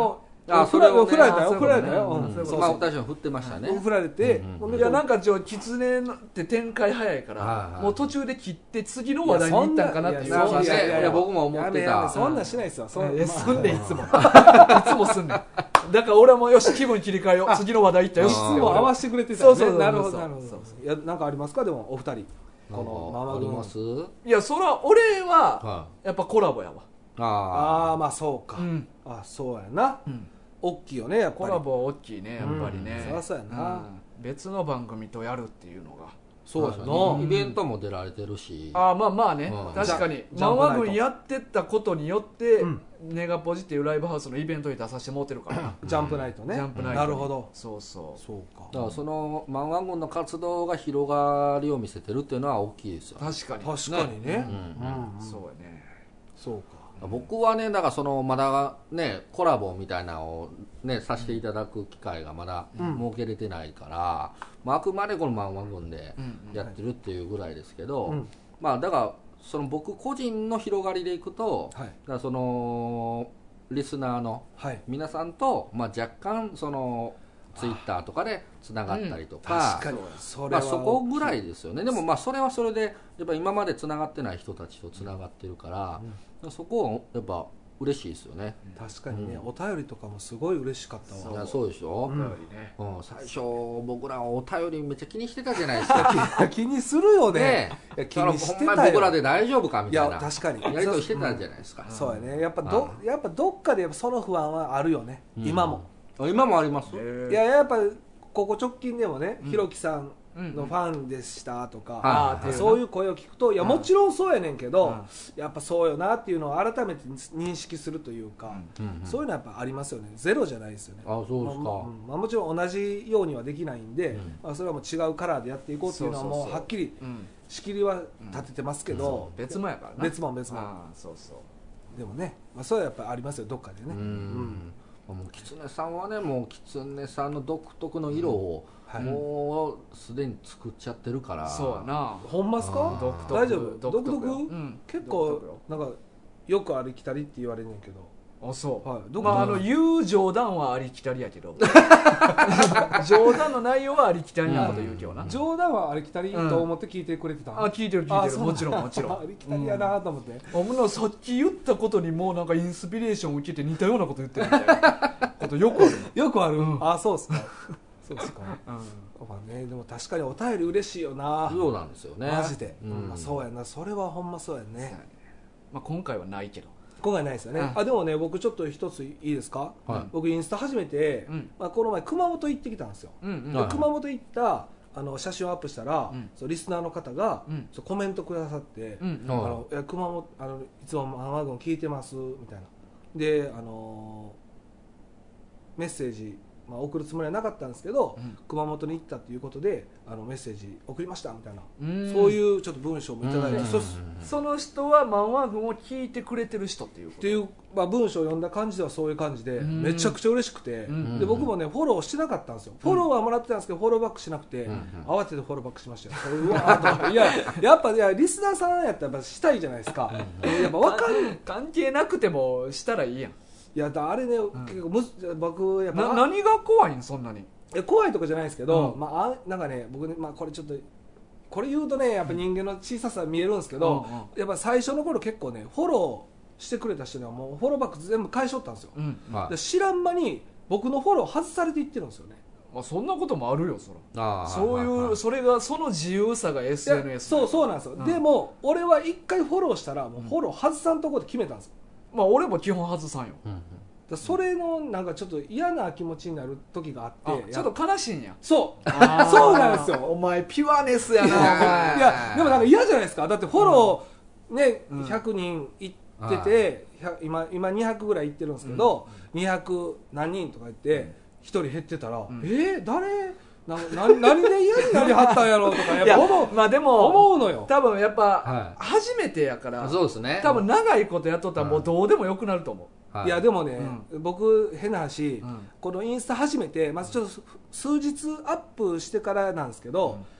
あそれを、 ね、振られたよ振られたよ、 うん、そうまあ私も振ってましたね、 振られて、 うんうん、いやなんかちょキツネって展開早いから、はいはい、もう途中で切って次の話題に行ったんかなっていう。 いやいやいやいや僕も思ってた。 そんなんしないですよ。そんなすんねんいつもいつもすんねん。だから俺はもうよし気分切り替えよう次の話題行ったよ。 いつも合わせてくれてた、ね、 そうそうそう、 なるほどなるほど。いやなんかありますかでもお二人このママグマス。 いやそら俺はやっぱコラボやわ。 ああまあそうか。うん、あそうやな。うん、大きいよねやっぱり。 コラボは大きいねやっぱりね。 うん、そうやな、うん。 別の番組とやるっていうのが。 そうですね。イベントも出られてるし。 ああまあまあね、うん、確かにマンワ軍やってたことによって、うん、ネガポジっていうライブハウスのイベントに出させてもらってるからジャンプナイトね。 ジャンプナイト、 なるほど。 そうそうそうか。 だからそのマンワ軍の活動が広がりを見せてるっていうのは大きいですよ。 確かに確かにね。 うん、そうやね。 そうか。 僕はねだからそのまだねコラボみたいなのをねさせていただく機会がまだ設けれてないから、うんまあ、あくまでこのマンワ軍でやってるっていうぐらいですけど、うん、まあだからその僕個人の広がりでいくと、はい、だからそのリスナーの皆さんと、まあ、若干そのツイッターとかでつながったりとか、 うん、確かにそれは、まあ、そこぐらいですよね。でもまあそれはそれでやっぱ今までつながってない人たちとつながってるから、うん、そこはやっぱ嬉しいですよね。 確かにね、うん、お便りとかもすごい嬉しかったわ。 いやそうでしょ、 うんねうん、最初僕らお便りめっちゃ気にしてたじゃないですか気にするよね。 ね気にしてたよ。ほんま僕らで大丈夫かみたいな。 いや確かにやりとりしてたじゃないですか。 うん、そうやね。やっぱど、うん、やっぱどっかでその不安はあるよね、うん、今も。 今もあります。 いややっぱここ直近でもね、ひろきさんのファンでしたとか、うんうん、そういう声を聞くと、いやもちろんそうやねんけど、うん、やっぱそうよなっていうのを改めて認識するというか、うんうん、そういうのはやっぱありますよね。ゼロじゃないですよね。 あそうですか。 まあまあ、もちろん同じようにはできないんで、うんまあ、それはもう違うカラーでやっていこうっていうのはもうはっきり仕切りは立ててますけど、 うん、別もやからな。 別も別も。 あそうそうでもね、まあ、それはやっぱりありますよどっかでね。うん、 うんもう狐さんはねもう狐さんの独特の色を、うんはい、もうすでに作っちゃってるから。 そうやな。 ほんますか？大丈夫？独特、うん、結構なんかよくありきたりって言われるんやけど。 あそう、 はい、 まああの言う冗談はありきたりやけど冗談の内容はありきたりなこと言うけどな、うん、 冗談はありきたりと思って聞いてくれてた、うん、 あ聞いてる聞いてるもちろんもちろんありきたりやなと思って、 うん、あさっき言ったことにもうなんかインスピレーションを受けて似たようなこと言ってるみたいなことよくあるよくある、 うん、 あそうっすかそうっすか、うんまあね、でも確かにお便り嬉しいよな。 そうなんですよねマジで、うんまあ、そうやな。それはほんまそうやね、 まあ、今回はないけど今回ないですよね、うん、あでもね僕ちょっと一ついいですか、はい、僕インスタ始めて、うんまあ、この前熊本行ってきたんですよ、うんうん、で熊本行ったあの写真をアップしたら、うん、そうリスナーの方が、うん、そうコメントくださって、うんあのいや熊本あのいつもママ軍聞いてますみたいなで、あのー、メッセージまあ、送るつもりはなかったんですけど、うん、熊本に行ったということであのメッセージ送りましたみたいなそういうちょっと文章もいただいて そ, その人はマンワ軍を聞いてくれてる人っていうことっていう、まあ、文章を読んだ感じではそういう感じでめちゃくちゃ嬉しくてで僕もねフォローしてなかったんですよ。フォローはもらってたんですけどフォローバックしなくて慌ててフォローバックしましたよ。うわいややっぱいやリスナーさんやったらやっぱしたいじゃないですか。やっぱ分かる関係なくてもしたらいいやん。 いやだあれね、うん、結構む僕やっぱな何が怖いんそんなに。 怖いとかじゃないですけど、うん、まあなんかね僕ね、まあ、これちょっとこれ言うとねやっぱ人間の小ささ見えるんですけど、うんうん、やっぱ最初の頃結構ねフォローしてくれた人にはもうフォローバック全部返しとったんですよ、うんはい、で知らん間に僕のフォロー外されていってるんですよね。 まあ、そんなこともあるよそら。そういう、はいはい、それがその自由さが エスエヌエスそうそうなんですよ、うん、でも俺は一回フォローしたらもうフォロー外さんとこで決めたんですよ。 まあ俺も基本外さんよ、うんうん、 だそれのなんかちょっと嫌な気持ちになる時があって、 ちょっと悲しいんや。 そうそうなんですよ。 お前ピュアネスやな。 いやでもなんか嫌じゃないですか。だってフォローね、うん、ひゃくにんいってて、うん、今今にひゃくぐらいいってるんですけど、うん、にひゃく何人とか言ってひとり減ってたら、うん、えー、誰なな何で嫌になりはったんやろうとかやっぱ思う、 まあでも思うのよ。 多分やっぱ初めてやから、 そうですね。 多分長いことやっとったらもうどうでもよくなると思う。 はい、いやでもね、うん、僕変な話、うん、このインスタ始めてまずちょっと数日アップしてからなんですけど、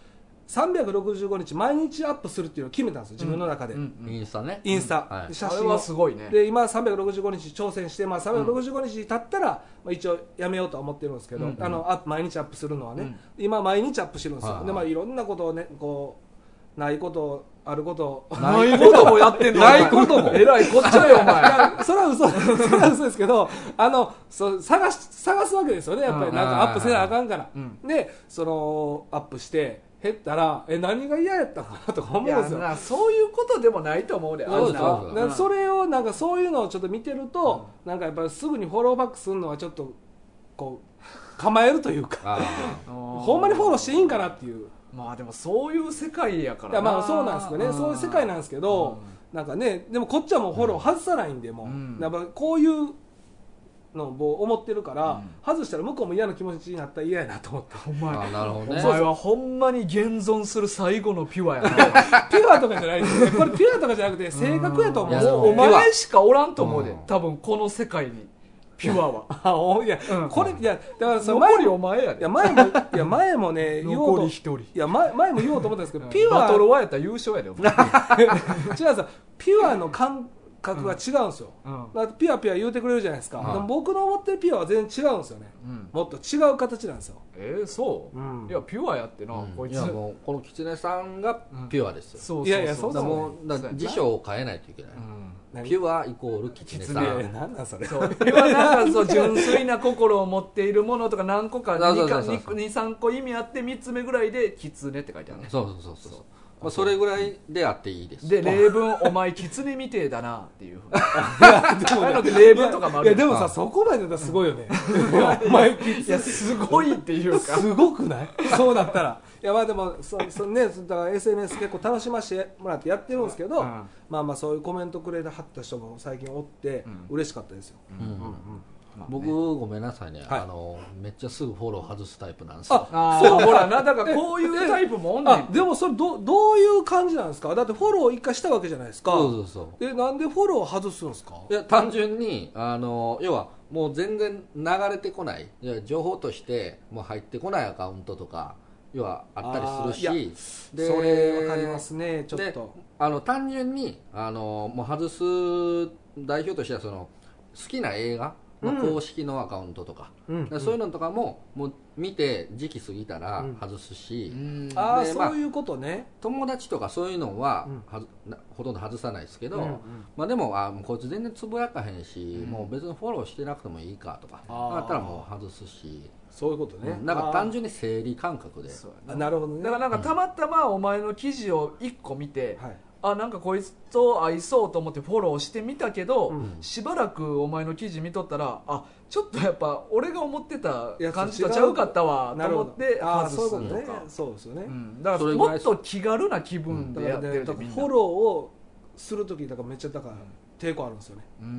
さんびゃくろくじゅうごにち毎日アップするっていうのを決めたんですよ自分の中で、 うんうん、インスタねインスタ、 うんはい、 写真あれはすごいね。 で今さんびゃくろくじゅうごにち挑戦して、まあ、さんびゃくろくじゅうごにち経ったら、まあ、一応やめようとは思ってるんですけど、うんうん、あのアップ毎日アップするのはね、うん、今毎日アップしてるんですよ、はいはい、でまあ、いろんなことをねこうないことあることないこともやってんのないこともえらいこっちゃよお前それは嘘それは嘘ですけどあのそう探し探すわけですよねやっぱりなんかアップせなあかんから、うん、でそのアップして減ったらえ何が嫌やったかなとか思うんですよ。 いやそういうことでもないと思うであるな。それをなんかそういうのをちょっと見てると、うん、なんかやっぱりすぐにフォローバックするのはちょっとこう構えるというかほんまにフォローしていいんかなっていう。 まあでもそういう世界やからな。 いやまあそうなんですけどね、そういう世界なんですけど、うん、なんかねでもこっちはもうフォロー外さないんでもう、うん、やっぱこういうのを思ってるから、うん、外したら向こうも嫌な気持ちになったら嫌やなと思ってお前あなるほど、ね、 お前はほんまに現存する最後のピュアやなピュアとかじゃないですねこれピュアとかじゃなくて性格やと思う、 うん、お前しかおらんと思うで、うん、多分この世界にピュアはあいや、うん、これいやだからその残りお前やでいや前もいや前もね言おうと残り一人いや 前, 前も言おうと思ったんですけど、うん、ピュアバトルワンやったら優勝やで違うんですよピュアの感覚が違うんですよ、うん、だってピュアピュア言うてくれるじゃないですか、うん、でも僕の思ってるピュアは全然違うんですよね、うん、もっと違う形なんですよ。 えー、そう、うん、いやピュアやってな、うん、 こいついやもうこの狐さんがピュアですよ、うん、 そうそうそういやいやそうだもうだ辞書を変えないといけない、うん、ピュアイコール狐さん何なんそれそうピュアなんかそう純粋な心を持っているものとか何個かにさんこ意味あってみっつめぐらいで狐って書いてあるね。 そうそうそうそうまあ、それぐらいであっていいです。 で例文お前狐みてえだなっていういやでも、ね、例文とかもある。 いやでもさそこまでだったらすごいよねお前狐いやすごいっていうかすごくないそうだったらいやまあでもそそ、ね、だから エスエヌエス 結構楽しませてもらってやってるんですけど、うん、まあまあそういうコメントくれてはった人も最近おって嬉しかったですよ、うんうんうんうんまあね、僕ごめんなさいね、はい、あのめっちゃすぐフォロー外すタイプなんですよ。 ああそうほらなだからこういうタイプもおんねん。あでもそれ ど, どういう感じなんですか。だってフォロー一回したわけじゃないですか。 そうそうそうでなんでフォロー外すんですか。 いや単純にあの要はもう全然流れてこないいや情報としてもう入ってこないアカウントとか要はあったりするしでそれ分かりますねちょっとあの単純にあのもう外す代表としてはその好きな映画まあ、公式のアカウントとか、うん、そういうのとかももう見て時期過ぎたら外すし、うん、 ああそういうことね。 友達とかそういうのは、はずほとんど外さないですけど、うんうん、まあ、でもあこいつ全然つぶやかへんし、うん、もう別にフォローしてなくてもいいかとかだったらもう外すしそういうことね、 うん、なんか単純に生理感覚で。 あなるほどね。 だからなんかたまたまお前の記事をいっこ見て、はい、あなんかこいつと合いそうと思ってフォローしてみたけど、うん、しばらくお前の記事見とったらあちょっとやっぱ俺が思ってた感じとちゃうかったわと思って外すとか。 そうですよね、うん、 だからもっと気軽な気分でやってる、うん、 だから、ね、フォローをするときだからめっちゃだから抵抗あるんですよね。うん、うん、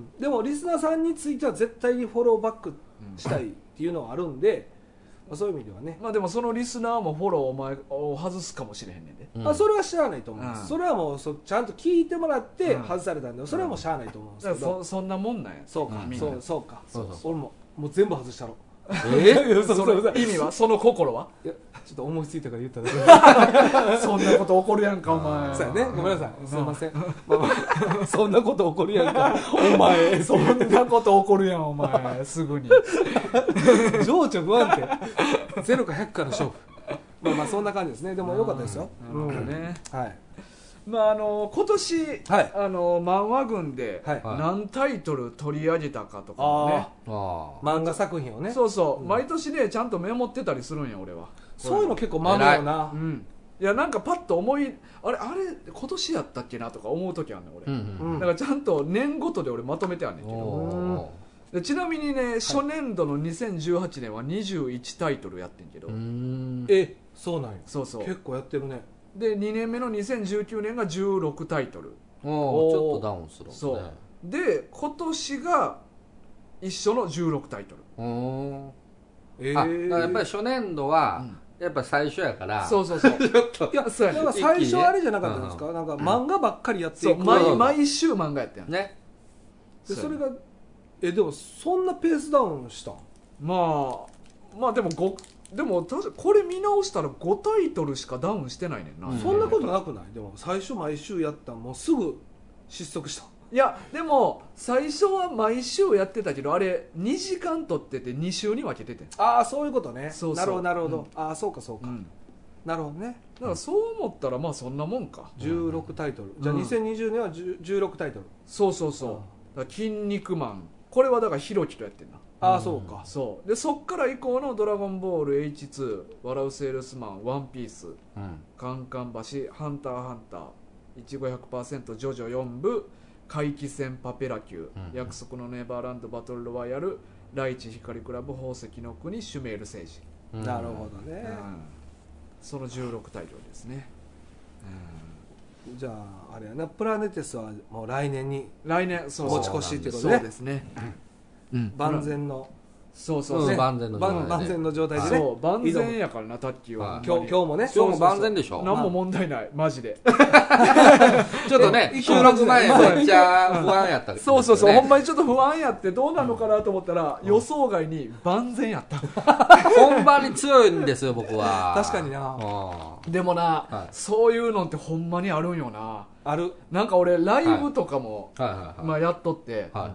でもリスナーさんについては絶対にフォローバックしたいっていうのはあるんで、まあ、そういう意味ではね。 まあでもそのリスナーもフォローお前を外すかもしれへんねんで、 うん、あそれはしゃあないと思います、うん、それはもうそちゃんと聞いてもらって外されたんで、うん、それはもうしゃあないと思うんですけど、 うん、そ, そんなもんなんや。 そうか、 うん、 そうそうかそうそう俺ももう全部外したろ。 えー、そそ意味はその心はいやちょっと思いついたから言っただけそんなこと起こるやんかお前。 そうやねごめんなさいすいません、まあまあ、そんなこと起こるやんかお前そんなこと起こるやんお前すぐに情緒不安定ゼロかひゃくから勝負まあまあそんな感じですね。でも良かったですよ。 なるほどね、 うん、はい。 まあ、あの今年、はい、あの漫画群で何タイトル取り上げたかとかもね、 ああ漫画作品をねそうそう、うん、毎年ねちゃんとメモってたりするんや俺は。 そういうの結構漫画よな、 うん、いやなんかパッと思いあれあれ今年やったっけなとか思う時あるね俺、うんうん、だからちゃんと年ごとで俺まとめてあるねんけど、でちなみにね初年度のにせんじゅうはちねんはにじゅういちタイトルやってんけど、 えそうなんや。 そうそう結構やってるね。 でにねんめのにせんじゅうきゅうねんがじゅうろくタイトル。 おちょっとダウンするんですね。 そうで今年が一緒のじゅうろくタイトル。 おえー、あだからやっぱり初年度は、うん、やっぱ最初やからそうそうそうちょっといやそうや、ね、最初あれじゃなかったんですか、うん、なんか漫画ばっかりやっていく、 そう 毎, 毎週漫画やったやんね。 でそれがえでもそんなペースダウンしたん。 まあまあでも 5, でも確かこれ見直したらごタイトルしかダウンしてないねんな、 うん、そんなことなくない？でも最初毎週やったらもうすぐ失速した。 いやでも最初は毎週やってたけどあれにじかん撮っててに週に分けてて、 ああそういうことね。 そうそうなるほどなるほど、 うん、 ああそうかそうか、うん、なるほどね。 だからそう思ったらまあそんなもんか、 じゅうろくタイトル、うん、じゃあにせんにじゅうねんはじゅうろくタイトル。 そうそうそう、だから筋肉マンこれはだからひろきとやってんな。 ああそうか、 そうでそっから以降のドラゴンボール エイチツー 笑うセールスマンワンピース、うん、カンカン橋ハンターハンターいちご ひゃくパーセント ジョジョよん部怪奇戦パペラ級、うん、約束のネバーランドバトルロワイヤルライチ光クラブ宝石の国シュメール星人、 うん、なるほどね、うん、 そのじゅうろくタイトルですね、 うん、じゃああれやなプラネテスはもう来年に来年そう持ち越しってことね。 そうですね、 うん、万全のそうそう、ね、 万全の状態で、 万全の状態でね。 そう万全やからなタッキーは、 今日今日もね今日も万全でしょ。 何も問題ないマジでちょっとね収録前めっちゃ不安やった、ね、 そうそうそうほんまにちょっと不安やってどうなのかなと思ったら、うん、予想外に万全やった本番に強いんですよ僕は。 確かにな。 でもな、はい、そういうのってほんまにあるんよな。 ある。 なんか俺ライブとかも、はいはいはいはい、まあ、やっとって、はい、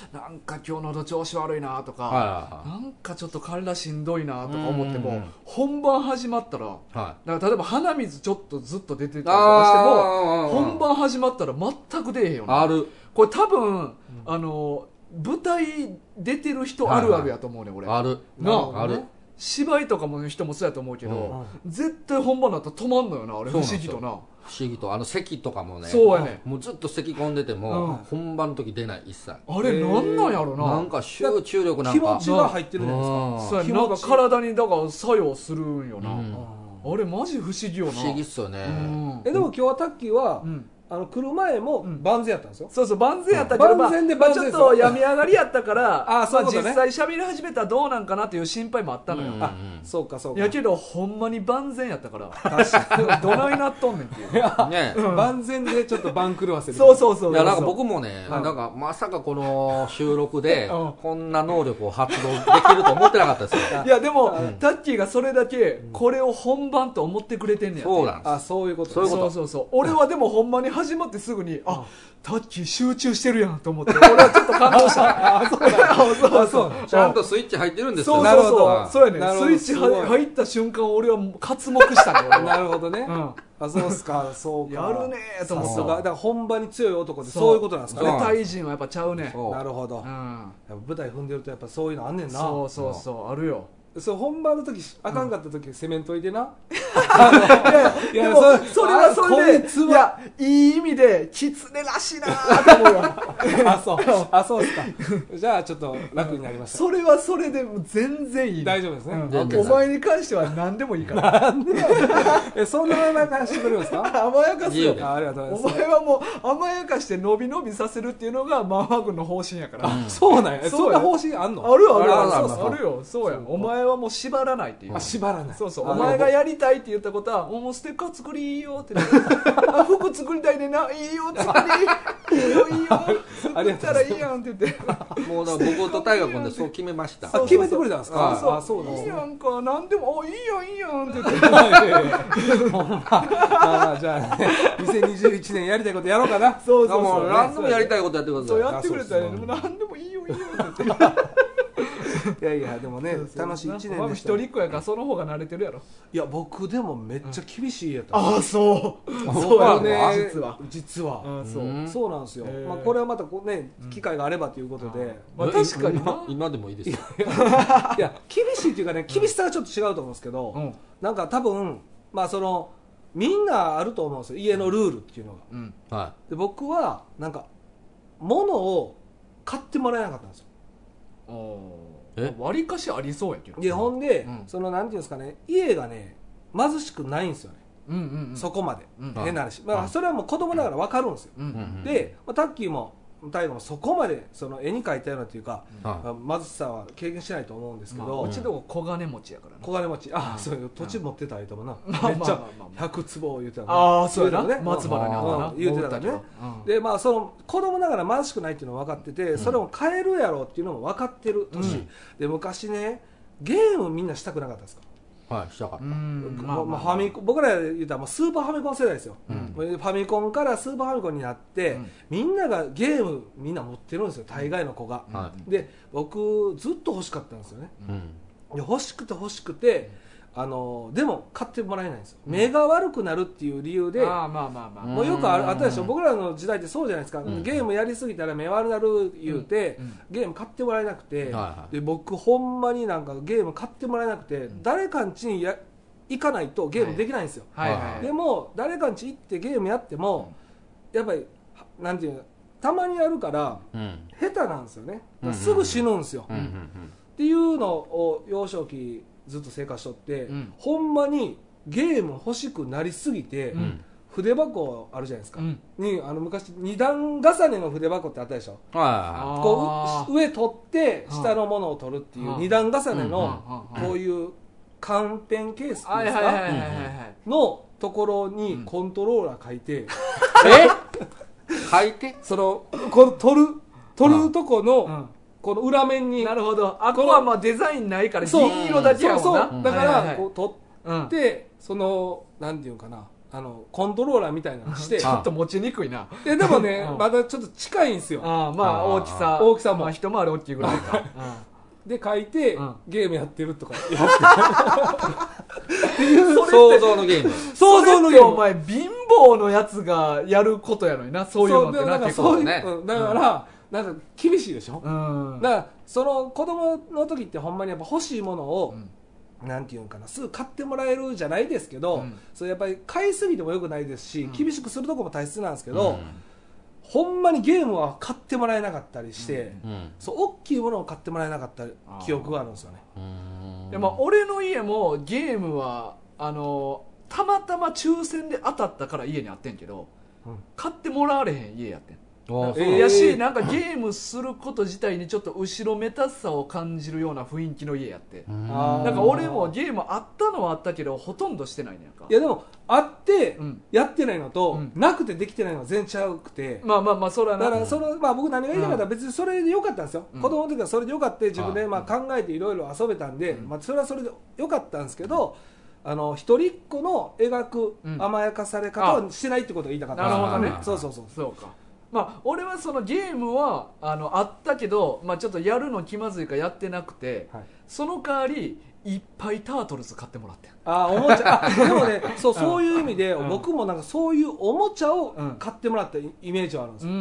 なんか今日喉調子悪いなとか、はいはいはい、なんかちょっと体しんどいなとか思っても、うんうんうん、本番始まったら、はい、だから例えば鼻水ちょっとずっと出てたりとかしても本番始まったら全く出えへんよな。 ある。 これ多分、うん、あの舞台出てる人あるあるやと思うね、はいはい、 俺。あるなあ、ある。 芝居とかもの人もそうやと思うけど、うん、絶対本番だったら止まんのよなあれ。不思議とな。 不思議とあの咳とかもね。 そうやね。 もうずっと咳込んでても、うん、本番の時出ない一切。 あれなんなんやろな。 なんか集中力なんか気持ちが入ってるじゃないですか。 そうやね。なんか体にだから作用するんよな、うん、あれマジ不思議よな。 不思議っすよね、うん、 えでも今日はタッキーは、うん、あの来る前も万全やったんですよ、 うん、そうそう万全やったけど、 万全で万全まあ、ちょっと病み上がりやったからあそういうことね、 まあ、実際喋り始めたらどうなんかなっていう心配もあったのよ、うんうんうん、 あそうかそうか。 やけどほんまに万全やったから確かにどないなっとんねんっていうね、うん、万全でちょっと番狂わせる。 そうそうそう。 いやなんか僕もね、うん、なんかまさかこの収録でこんな能力を発動できると思ってなかったですよいやでも、うん、タッキーがそれだけこれを本番と思ってくれてんねや。 そうなんです。 あそういうこと。 そういうこと。そうそうそう。俺はでもほんまに始まってすぐにあタッキー集中してるやんと思って俺はちょっと感動したあそうだそうそうちゃんとスイッチ入ってるんですよ。 そうそうそうそうやね。スイッチ入った瞬間俺は刮目したね俺はなるほどね、うん、あそうっすか。そうかやるねーと思った。 だから本場に強い男ってそういうことなんですかね。 舞台人はやっぱちゃうね。 なるほど、うん、やっぱ舞台踏んでるとやっぱそういうのあんねんな。 そうそうそうあるよ。 そう本番の時あかんかった時、うん、セメントいてな。 いやでもそれはそれでいやいい意味でキツネらしいなと思うよあそうあそうですか。じゃあちょっと楽になりました。 それはそれで全然いい。 大丈夫ですね、 うん、お前に関しては何でもいいからなんでえそんな甘やかしてくれるんですか甘やかすよ。 あありがとうございます。 お前はもう甘やかして伸び伸びさせるっていうのがマンハ軍の方針やから、 うん、そうなんや。そんな方針あんの。 あるあるあるあるよ。そうや。お前はもう縛らないっていう。 あ縛らない。 そうそう。お前がやりたいって言ったことはもうステッカー作りいいよってあ服作りたいねないいよ作りいいよいいよ作ったらいいやんって言ってもうだから僕と大河君でそう決めました。 あ決めてくれたんですか。 あそういいやんか何でもいいやんいいやんって言ってまあじゃあねにせんにじゅういちねんやりたいことやろうかな。 そうそうそう何でもやりたいことやってください。 そうやってくれたら何でもいいよいいよって言っていやいやでもね楽しいいちねんでした。 一人っ子やからその方が慣れてるやろ。 いや僕でもめっちゃ厳しいやった、 うん、ああそうそうやね実は実はあそうそうなんですよ。まあこれはまたこうね機会があればということで、 まあ確かに今でもいいですよ。 いや厳しいっていうかね厳しさがちょっと違うと思うんですけど、うん、なんか多分まあそのみんなあると思うんですよ家のルールっていうのが、うんはい、で僕はなんか物を買ってもらえなかったんですよ。 割りかしありそうやけど。 でほんで、うん、そのなんていうんですかね家がね貧しくないんですよね、うんうんうん、そこまで、うん、変な話、まあ、それはもう子供ながら分かるんですよ、うんうんうん、で、まあ、タッキーも大河もそこまでその絵に描いたようなというか、うん、貧しさは経験してないと思うんですけど、まあ、 うちの小金持ちやからね。 小金持ちあ、うん、そう土地持ってたりともな、うん、めっちゃひゃく坪を言うてたああそうやな、ね、松原にあったな、 うん、言うてたね、うん、でまあその子供ながら貧しくないっていうのは分かってて、うん、それを買えるやろうっていうのも分かってる年、うん、で昔ねゲームみんなしたくなかったですか？ はい、したかった。まあまあ、ファミコン僕ら言ったらもうスーパーファミコン世代ですよ、うん、ファミコンからスーパーファミコンになって、うん、みんながゲームみんな持ってるんですよ大概の子が、うん、で僕ずっと欲しかったんですよね、うん、欲しくて欲しくてあのでも買ってもらえないんですよ、うん、目が悪くなるっていう理由で、あまあまあまあもうよくあったでしょ、僕らの時代ってそうじゃないですか、うん、ゲームやりすぎたら目悪くなる言うて、うん、ゲーム買ってもらえなくて、うん、で僕ほんまになんかゲーム買ってもらえなくて、うん、誰かん家にや行かないとゲームできないんですよ、はいはいはい、でも誰かん家行ってゲームやっても、うん、やっぱりなんていうのたまにやるから、うん、下手なんですよね、すぐ死ぬんですよ、うんうんうん、っていうのを幼少期ずっと生活しとって、うん、ほんまにゲーム欲しくなりすぎて、うん、筆箱あるじゃないですか、うん、にあの昔二段重ねの筆箱ってあったでしょ、あこう上取って下のものを取るっていう二段重ねのこういう缶ペンケースっていうんですかのところにコントローラー書いて、うん、え書いてそのこの取る取るとこの、うんこの裏面になるほどあここはまあデザインないから銀色だけやもんなそうそうだからこう取って、うん、そのなんていうかなあのコントローラーみたいなのしてちょっと持ちにくいなででもね、うん、まだちょっ近いんですよあまあ大きさ大きさも、 まあ、一回り大きいぐらいか、 うん、で書いて、うん、ゲームやってるとかやってっていう想像のゲーム想像のゲームお前貧乏のやつがやることやのになそういうのってな結構ねだから、うんなんか厳しいでしょ、うん、だからその子供の時ってほんまにやっぱ欲しいものを、うん、なんていうんかなすぐ買ってもらえるじゃないですけど、うん、それやっぱり買いすぎてもよくないですし、うん、厳しくするとこも大切なんですけど、うん、ほんまにゲームは買ってもらえなかったりして、うん、そう大きいものを買ってもらえなかった記憶があるんですよね。 でまあ、俺の家もゲームはあのたまたま抽選で当たったから家にあってんけど、うん、買ってもらわれへん家やってんやしなんかゲームすること自体にちょっと後ろめたさを感じるような雰囲気の家やってなんか俺もゲームあったのはあったけどほとんどしてないねんかいやでもあってやってないのと、うん、なくてできてないのは全然違うくてまあまあまあそれはなだからその、まあ、僕何が言いたかったら別にそれでよかったんですよ、うん、子供の時はそれでよかった自分でまあ考えていろいろ遊べたんで、うんまあ、それはそれでよかったんですけどあの一人っ子の描く甘やかされ方はしてないってことが言いたかった、 うん、なるほどねそうそうそうそうかまあ、俺はそのゲームは あのあったけど、まあ、ちょっとやるの気まずいからやってなくて、はい、その代わりいっぱいタートルズ買ってもらってあおもちゃでもねそう、そういう意味で、うん、僕もなんかそういうおもちゃを買ってもらったイメージはあるんですよ、うん、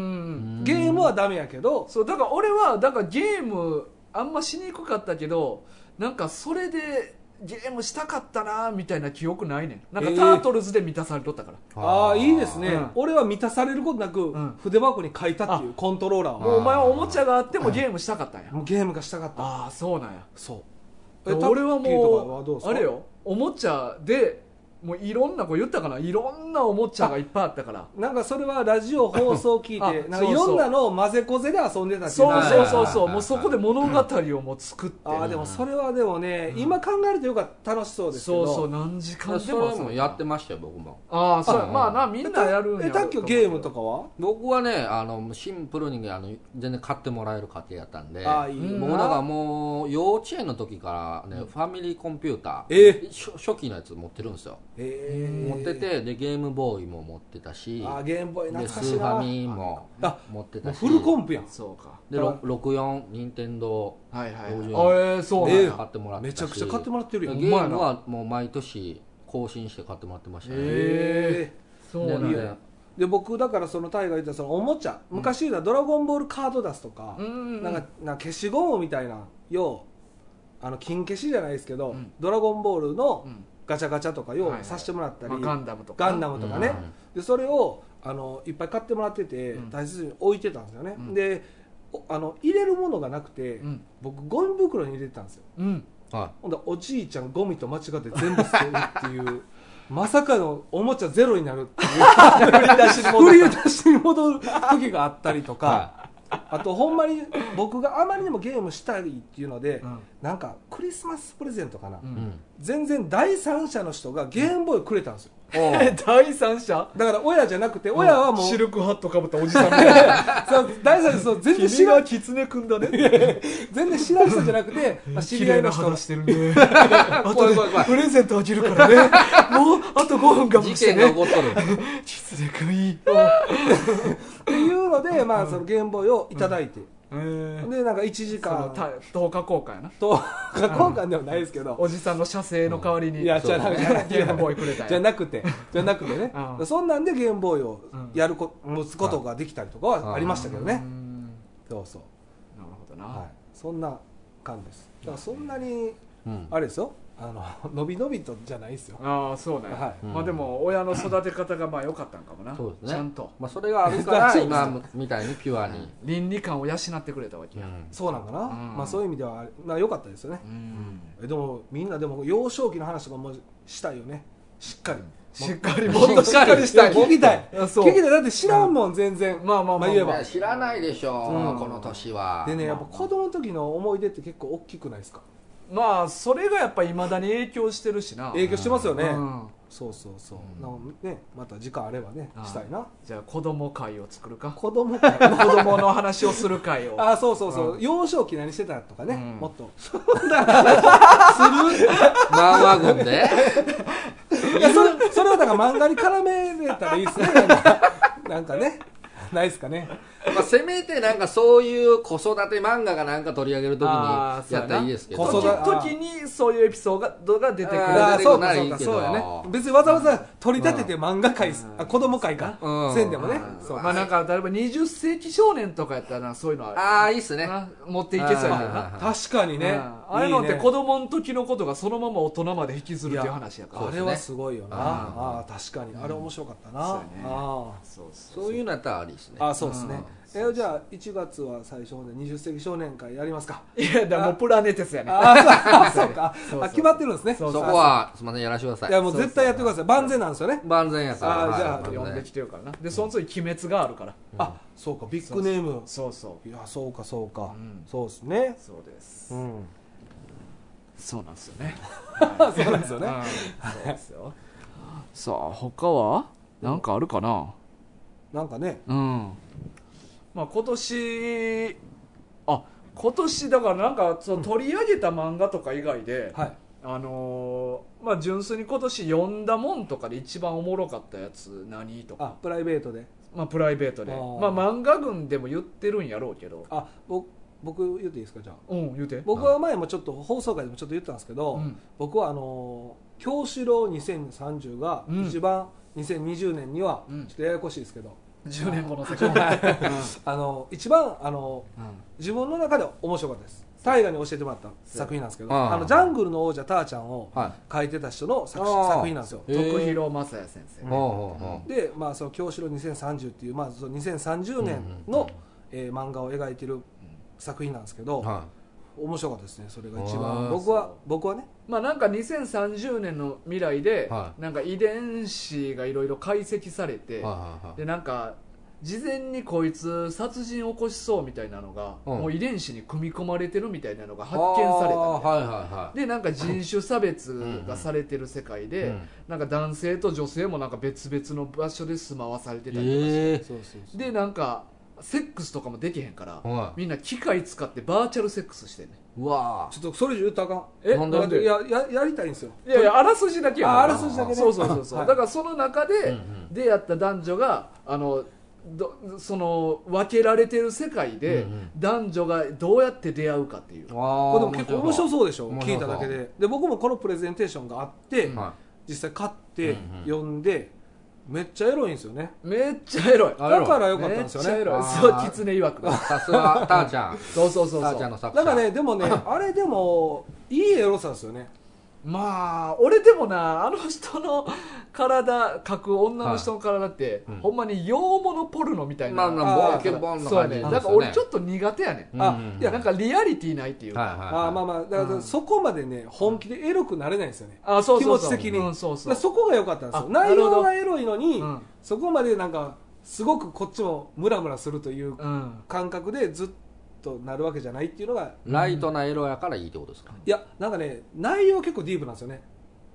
ゲームはダメやけどそうだから俺はだからゲームあんましにくかったけどなんかそれでゲームしたかったなみたいな記憶ないねんなんかタートルズで満たされとったから、 えー、ああいいですね、うん、俺は満たされることなく、うん、筆箱に書いたっていうコントローラーをもうお前はおもちゃがあってもゲームしたかったんや、 もうゲームがしたかった。 ああそうなんやそうえ俺はもうあれよおもちゃでもういろんなこう言ったかないろんなおもちゃがいっぱいあったからなんかそれはラジオ放送聞いてなんかいろんなのを混ぜこぜで遊んでたっていうそうそうそうそうもうそこで物語をもう作ってああでもそれはでもね、うん、今考えるとよかった楽しそうですけどそうそう何時間でもそれもやってましたよ僕もああそうまあなみんなやるんやえたっきゲームとかは僕はねあのシンプルにあの全然買ってもらえる家庭やったんでああいい僕だからもう幼稚園の時からね、うん、ファミリーコンピューター、えー、初期のやつ持ってるんですよえー持っててでゲームボーイも持ってたしあゲームボーイ懐かしいなでスーファミも持ってたしフルコンプやんそうかでろくじゅうよん任天堂はいはいはいえー、そうなんや買ってもらってめちゃくちゃ買ってもらってるよゲームはもう毎年更新して買ってもらってましたねへえー、そうなんやで僕だからそのタイが言ったそのおもちゃ、うん、昔言ったドラゴンボールカード出すとか、うん、なんかなんか消しゴムみたいなようあの金消しじゃないですけど、うん、ドラゴンボールの、うんガチャガチャとかをさせてもらったり、はいはいまあ、ガンダムとかガンダムとかね、うん、でそれをあのいっぱい買ってもらってて、うん、大切に置いてたんですよね、うん、であの入れるものがなくて、うん、僕ゴミ袋に入れてたんですよ、うんはい、ほんでおじいちゃんゴミと間違って全部捨てるっていうまさかのおもちゃゼロになるっていう振り出しに戻る振り出しに戻る時があったりとか、はいあとほんまに僕があまりにもゲームしたいっていうので、うん、なんかクリスマスプレゼントかな、うん、全然第三者の人がゲームボーイくれたんですよ、 第三者だから親じゃなくて親はもうシルクハットかぶったおじさんみたいなそう第三者そう全然知らんキツネくんだね全然知らん人じゃなくて、まあ、知り合いの人話してるねあとでプレゼントあげるからねもうあとごふん我慢してね事件が起こっとるキツネくんいいっていうので、まあ、そのゲームボーイをいただいて、うん、でなんかいちじかんとおか交換やなとおか交換ではないですけど、 おじさんの射精の代わりに、 うん、いやじゃなくてゲームボーイくれたんやじゃなくてじゃなくてね、うん、そんなんでゲームボーイをやるこ、うん、持つことができたりとかはありましたけどね、うん、そうそうなるほどな、 はい、そんな感じです。だからそんなに、うん、あれですよあののびのびとじゃないですよ。 ああそうね、はい、まあでも親の育て方がまあ良かったんかもな。 そうですね、 ちゃんと、 まあ、それがあるから今みたいにピュアに倫理観を養ってくれたわけや、うん、 そうなんかな、うん、まあそういう意味ではまあ良かったですよね、うん、えでもみんなでも幼少期の話とかもしたいよね、しっかりしっかりもっとしっかりしたい聞きたい聞きたいだって知らんもん全然、 まあまあまあ言えば知らないでしょ、うん、この年はでねやっぱ子供の時の思い出って結構大きくないですか。 まあそれがやっぱいまだに影響してるしな。 影響してますよね、うん、そうそうそう、うん、ね、また時間あればねしたいな。 じゃあ子供会を作るか。 子供会子供の話をする会をあそうそうそう、うん、幼少期何してたとかね、うん、もっとそんな話する漫画軍でいやそれそれをだから漫画に絡めれたらいいですねなんか、なんかねないですかね。 まあ、せめてなんかそういう子育て漫画がなんか取り上げるときにやったらいいですけど、 子育て時にそういうエピソードが出てくる。 あそうかそうかそうだね。別にわざわざ取り立てて漫画界、あ子供界か、うん、せんでもね。 そうまあなんか例えばにじゅっせいき少年とかやったらそういうのはああいいっすね、 持っていけそうやけどな。 確かにね。 ああいうのって子供の時のことがそのまま大人まで引きずるっていう話やから。 あれはすごいよな。ああ確かにあれ面白かったな。ああそういうのやったらありですね。 あそうですね。えー、じゃあいちがつは最初でにじゅっせいき少年会やりますか。 いやだもうプラネテスやね。 あそうかあ決まってるんですね。 そこはすみませんやらせてください。 いやもう絶対やってください。万全なんですよね。 万全やから。 あじゃあ呼んできてるからな。でその次鬼滅があるから。 あそうかビッグネーム。 そうそういやそうかそうか、そうですね。 そうです。 うんそうなんですよね。 そうなんですよね。 そうですよ。さあ他はなんかあるかな。 なんかね。 うん。まあ今年あ今年だからなんかその取り上げた漫画とか以外で、 はい、 あのー、まあ純粋に今年読んだもんとかで一番おもろかったやつ何とか。 あプライベートで。 まあプライベートで。あまあ漫画群でも言ってるんやろうけど。 あ僕僕言っていいですかじゃあ。 うん言うて。 僕は前もちょっと放送回でもちょっと言ったんですけど、うん、僕はあのー、京志郎にせんさんじゅうが一番にせんにじゅうねんにはちょっとややこしいですけど。 じゅうねんごの世界あの一番あの、うん、自分の中で面白かったです。大河に教えてもらった作品なんですけど、あのジャングルの王者ターちゃんを書いてた人の 作, 作品なんですよ。 徳弘正也先生、 うん、で、まあ、その京志郎にせんさんじゅうっていう、まあ、そのにせんさんじゅうねんの、うんえー、漫画を描いてる作品なんですけど、はい、面白かったですね。それが一番僕は僕はねまあなんかにせんさんじゅうねんの未来で、はい、なんか遺伝子がいろいろ解析されて、はいはいはい、でなんか事前にこいつ殺人を起こしそうみたいなのが、うん、もう遺伝子に組み込まれてるみたいなのが発見された、ねはいはいはい、でなんか人種差別がされてる世界で、うん、なんか男性と女性もなんか別々の場所で住まわされてたりとかして、えー、そうそうそうでなんかセックスとかもできへんから、はい、みんな機械使ってバーチャルセックスしてんね。 うわちょっとそれ以上言ったらあかん。 えなんでいや や, やりたいんですよ。 いやいやあらすじだけやああらすじだけね。 そうそうそうそう、はい、だからその中で出会った男女があのどその分けられてる世界で男女がどうやって出会うかっていう、うんうん、 これでも結構面白そうでしょ聞いただけで。で僕もこのプレゼンテーションがあって、うん、実際買って読んで、うんうんめっちゃエロいんですよね。 めっちゃエロい。 だから良かったんですよね。めっちゃエロい。 そうキツネ曰く。 さすがターちゃん。 そうそうそうそう。 ターちゃんの作者。 だからねでもねあれでもいいエロさですよね。 まあ俺でもなあの人の体描く女の人の体って、はいうん、ほんまに洋物ポルノみたいな。 まあ冒険本の感じ。 だから俺ちょっと苦手やねん。あいやなんかリアリティないっていうか。 はいはいはい、あまあまあだからそこまでね本気でエロくなれないんですよね。 あそうそうそう気持ち的に。 うん、そうそう。 そこが良かったんですよ。内容がエロいのに、うん、そこまでなんかすごくこっちもムラムラするという感覚でずっとなるわけじゃないっていうのが、 ライトなエロやからいいってことですか。 いやなんかね内容結構ディープなんですよね。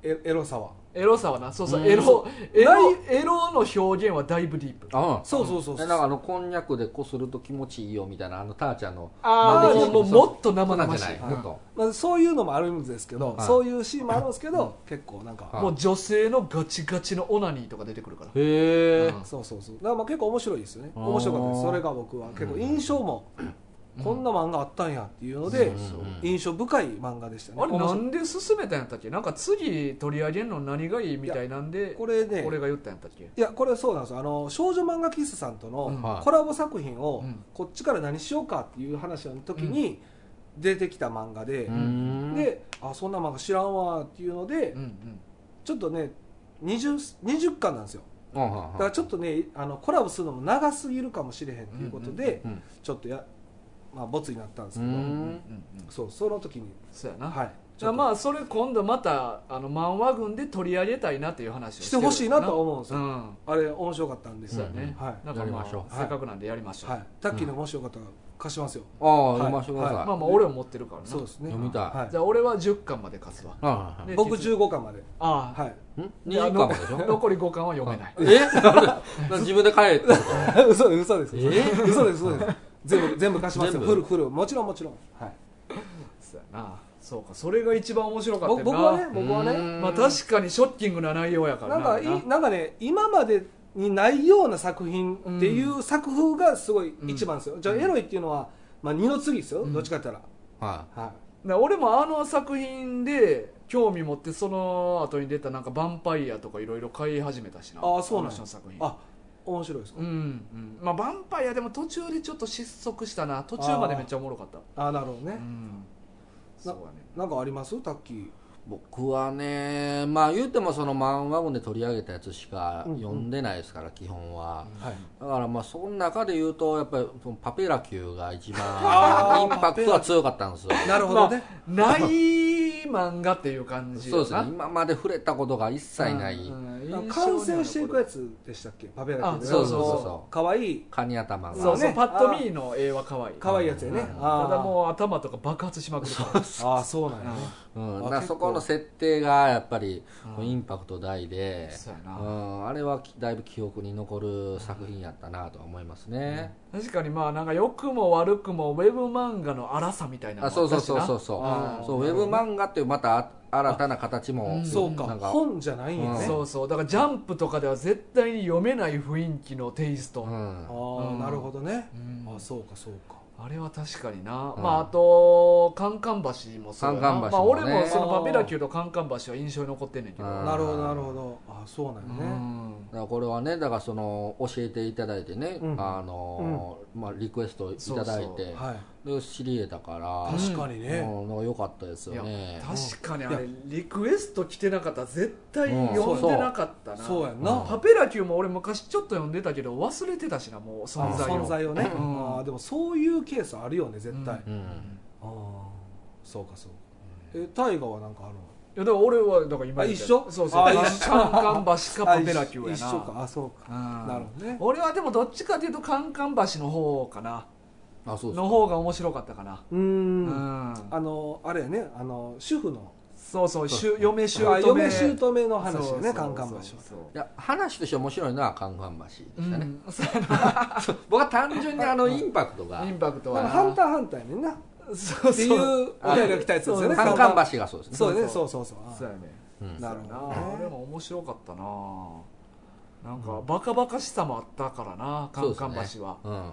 エエロさはエロさはな、そうそう、エロエロエロの表現はだいぶディープ。 ああそうそうそうそう。 なんかあのこんにゃくでこすると気持ちいいよみたいな、あのターちゃんのああもうもっと生々しい、 もっと、 まあ、そういうのもあるんですけど、そういうシーンもあるんですけど、結構なんかもう女性のガチガチのオナニーとか出てくるから。 へえ。 そうそうそう。だからまあ結構面白いですよね。面白かったです。それが僕は結構印象もこんな漫画あったんやっていうので印象深い漫画でしたね。 あれなんで勧めたんやったっけ？なんか次取り上げるの何がいいみたいなんで、これね、俺が言ったんやったっけ？ いやこれそうなんですよ。あの少女漫画喫茶さんとのコラボ作品をこっちから何しようかっていう話の時に出てきた漫画で、で、あそんな漫画知らんわっていうので、ちょっとねにじゅう、にじゅっかんなんですよ。だからちょっとねあのコラボするのも長すぎるかもしれへんっていうことでちょっとやまあボツになったんですけど、そうその時にそうやな、 はい、 じゃあまあそれ今度またあの漫画群で取り上げたいなっていう話をしてほしいなとは思うんですよ、うん、あれ面白かったんで。 そうやね、はい、なんかまあせっかくなんでやりましょう。 はい、タッキーの面白かったら貸しますよ。 ああ、読ませてください。 まあまあ俺も持ってるからな。 そうですね、 読みたい。 じゃあ俺はじゅっかんまで貸すわ。 僕じゅうごかんまで。 ああ、 はい、 にじゅっかんまででしょ。 残りごかんは読めない。 え自分で買えって嘘です嘘です嘘です嘘です。全部全部貸しますよ。フルフルもちろんもちろん。はい。 そうやな。そうか、それが一番面白かったな。 僕はね僕はね。 まあ確かにショッキングな内容やからな。なんかいなんかね今までにないような作品っていう作風がすごい一番ですよ。じゃあエロいっていうのはまあ二の次ですよ。どっちかって言ったら。はいはい。 俺もあの作品で興味持ってその後に出たなんかヴァンパイアとかいろいろ買い始めたしな。 ああそうなんの作品。 あ面白いですか。 うん、うん、まあヴァンパイアでも途中でちょっと失速したな。途中までめっちゃおもろかった。 ああなるほどね。 うん、 そうやね。なんかありますタッキー？ 僕はね、まあ言うてもその漫画群で取り上げたやつしか読んでないですから、うんうん、基本は、はい、だからまあその中で言うとやっぱりパペラキューが一番インパクトは強かったんですよ。 なるほどね、 まあ、ない漫画っていう感じ。 そうですね、今まで触れたことが一切ない、 うんうん、感染していくやつでしたっけパペラキューで。 そうそうそうかわいいカニ頭がそうそう、パッと見の絵はかわいいかわいいやつやね、うん、 ただもう頭とか爆発しまくるからああそうなんやね、 うん、だそこの設定がやっぱりインパクト大で、うん、あれはだいぶ記憶に残る作品やったなと思いますね、 うん、確かにまあなんか良くも悪くもウェブ漫画の荒さみたいなのがあったしな。あそうそうそうそうそう、ウェブ漫画っていうまた新たな形も、 うん、そうか本じゃないんやね、 うん、そうそうだからジャンプとかでは絶対に読めない雰囲気のテイスト、うん、 ああ、うん、なるほどね、うん、あそうかそうか。 あれは確かにな、うん、まああとカンカン橋もそうやな、 ね、 まあ、俺もそのパペラキューとカンカン橋は印象に残ってんねんけど。 なるほどなるほど。あそうなんやね、 うん、だからこれはねだからその教えていただいてね、うん、あの、うんまあ、リクエストいただいてそうそう、はい、で知り得たから確かにね、 うん、なんか良かったですよね。 確かにあれリクエスト来てなかったら絶対読んでなかったな、うん、 そうやんな、 パペラキューも俺昔ちょっと読んでたけど忘れてたしなもう存在を存在をね、うん、あでもそういうケースあるよね絶対、うんうん、あそうかそうか。え大河はなんかあるの？ いやだから俺はだから今一緒そうそうカンカン橋かパペラキューやな。 一緒か。あそうか、なるほどね。 俺はでもどっちかというとカンカン橋の方かな。あそうの方が面白かったかな。 うんうんあのあれやねあの主婦のそうそう嫁姑嫁姑の話よねカンカン橋は。いや話として面白いのはカンカン橋でしたね、うん、僕は単純にあのインパクトがインパクトはハンターハンターやねんなそうっていうお題が来たやつですよね。 カンカン橋がそうですね。 そうねそうそうそうそうやね、 うん、なるほどね。 あれも面白かったな。なんかバカバカしさもあったからなカンカン橋は。 うんうん、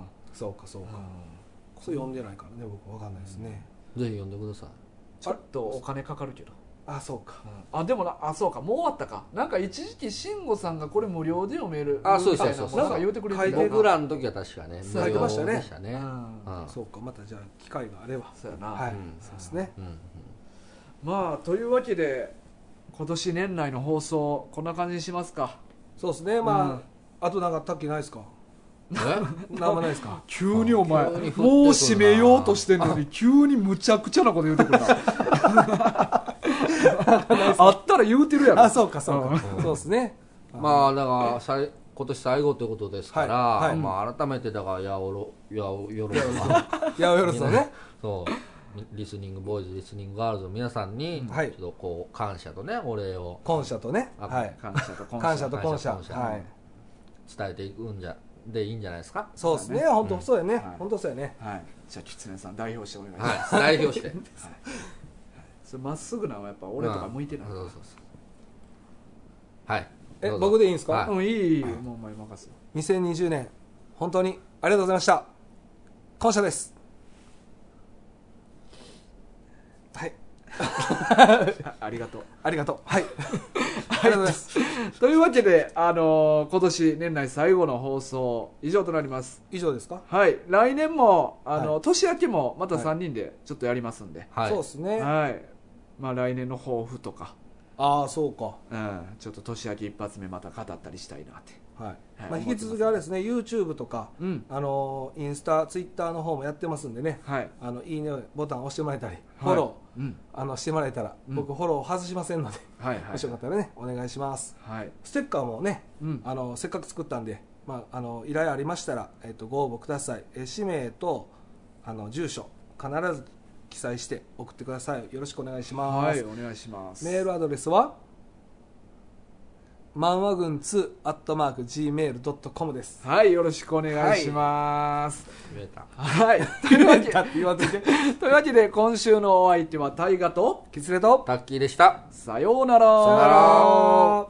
そうかそうか、うん、それ読んでないからね僕わかんないですね、 うん、ぜひ読んでください。 ちょっとお金かかるけど。 あそうか、 うん、あでもなあそうかもう終わったか。なんか一時期慎吾さんがこれ無料で読めるあそうそうそうなんか言うてくれてた。 僕らの時は確かね書いてましたね。 したね、 うんうん、そうかまたじゃあ機会があればそうやな、 はい、うん、そうですね、うんうん、 まあというわけで今年年内の放送こんな感じにしますか。 そうですねまあ、うん、あとなんかタッキーないですか？なんもないですか？ 急にお前もう締めようとしてんのに急にむちゃくちゃなこと言うてくるなあったら言うてるやろ。 あそうかそうか、うん、そうですね。 まあだからさい今年最後ということですから、はいはい、まあ改めてだからやおろやおよろそやおよろそねそうリスニングボーイズリスニングガールズの皆さんに、はい、ちょっとこう感謝とねお礼を感謝とね、はい、 感謝と感謝感謝と感謝、はい、 伝えていくんじゃでいいんじゃないですか。 そうですね、本当そうやね、うん、本当そうやね、 はい、じゃあ狐さん代表してお願いします、 はい、代表して、はい、 それまっすぐなのはやっぱ俺とか向いてない、うん、そうそうそうはい、 え僕でいいんですか。 はい、うん、いいいい、はい、もうお前任せ。 にせんにじゅうねん本当にありがとうございました。感謝です。はいありがとうありがとうはいありがとうございますというわけで、あのー、今年年内最後の放送以上となります。 以上ですか。 はい、来年もあの、はい、年明けもまたさんにんでちょっとやりますんで、 はい、そうですね、 はい、まあ、来年の抱負とか、 ああそうか、 うん、ちょっと年明け一発目また語ったりしたいなって、 はいはい、まあ、引き続きあれですね YouTube とか、うん、あのインスタ、ツイッターの方もやってますんでね、はい、あのいいねボタンを押してもらえたり、はい、フォロー、うん、あのしてもらえたら、うん、僕フォロー外しませんので、はいはいはい、もしよかったらねお願いします、はい、ステッカーもね、うん、あのせっかく作ったんで、まあ、あの依頼ありましたら、えっと、ご応募ください。え氏名とあの住所必ず記載して送ってください。よろしくお願いします。 はい、お願いします。 メールアドレスは漫画軍ツーアットマーク ジーメールドットコム です。 はい、よろしくお願いします。 はい、 はい、というわけというわけで今週のお相手は大河とキツネとタッキーでした。 さようなら。 さようなら。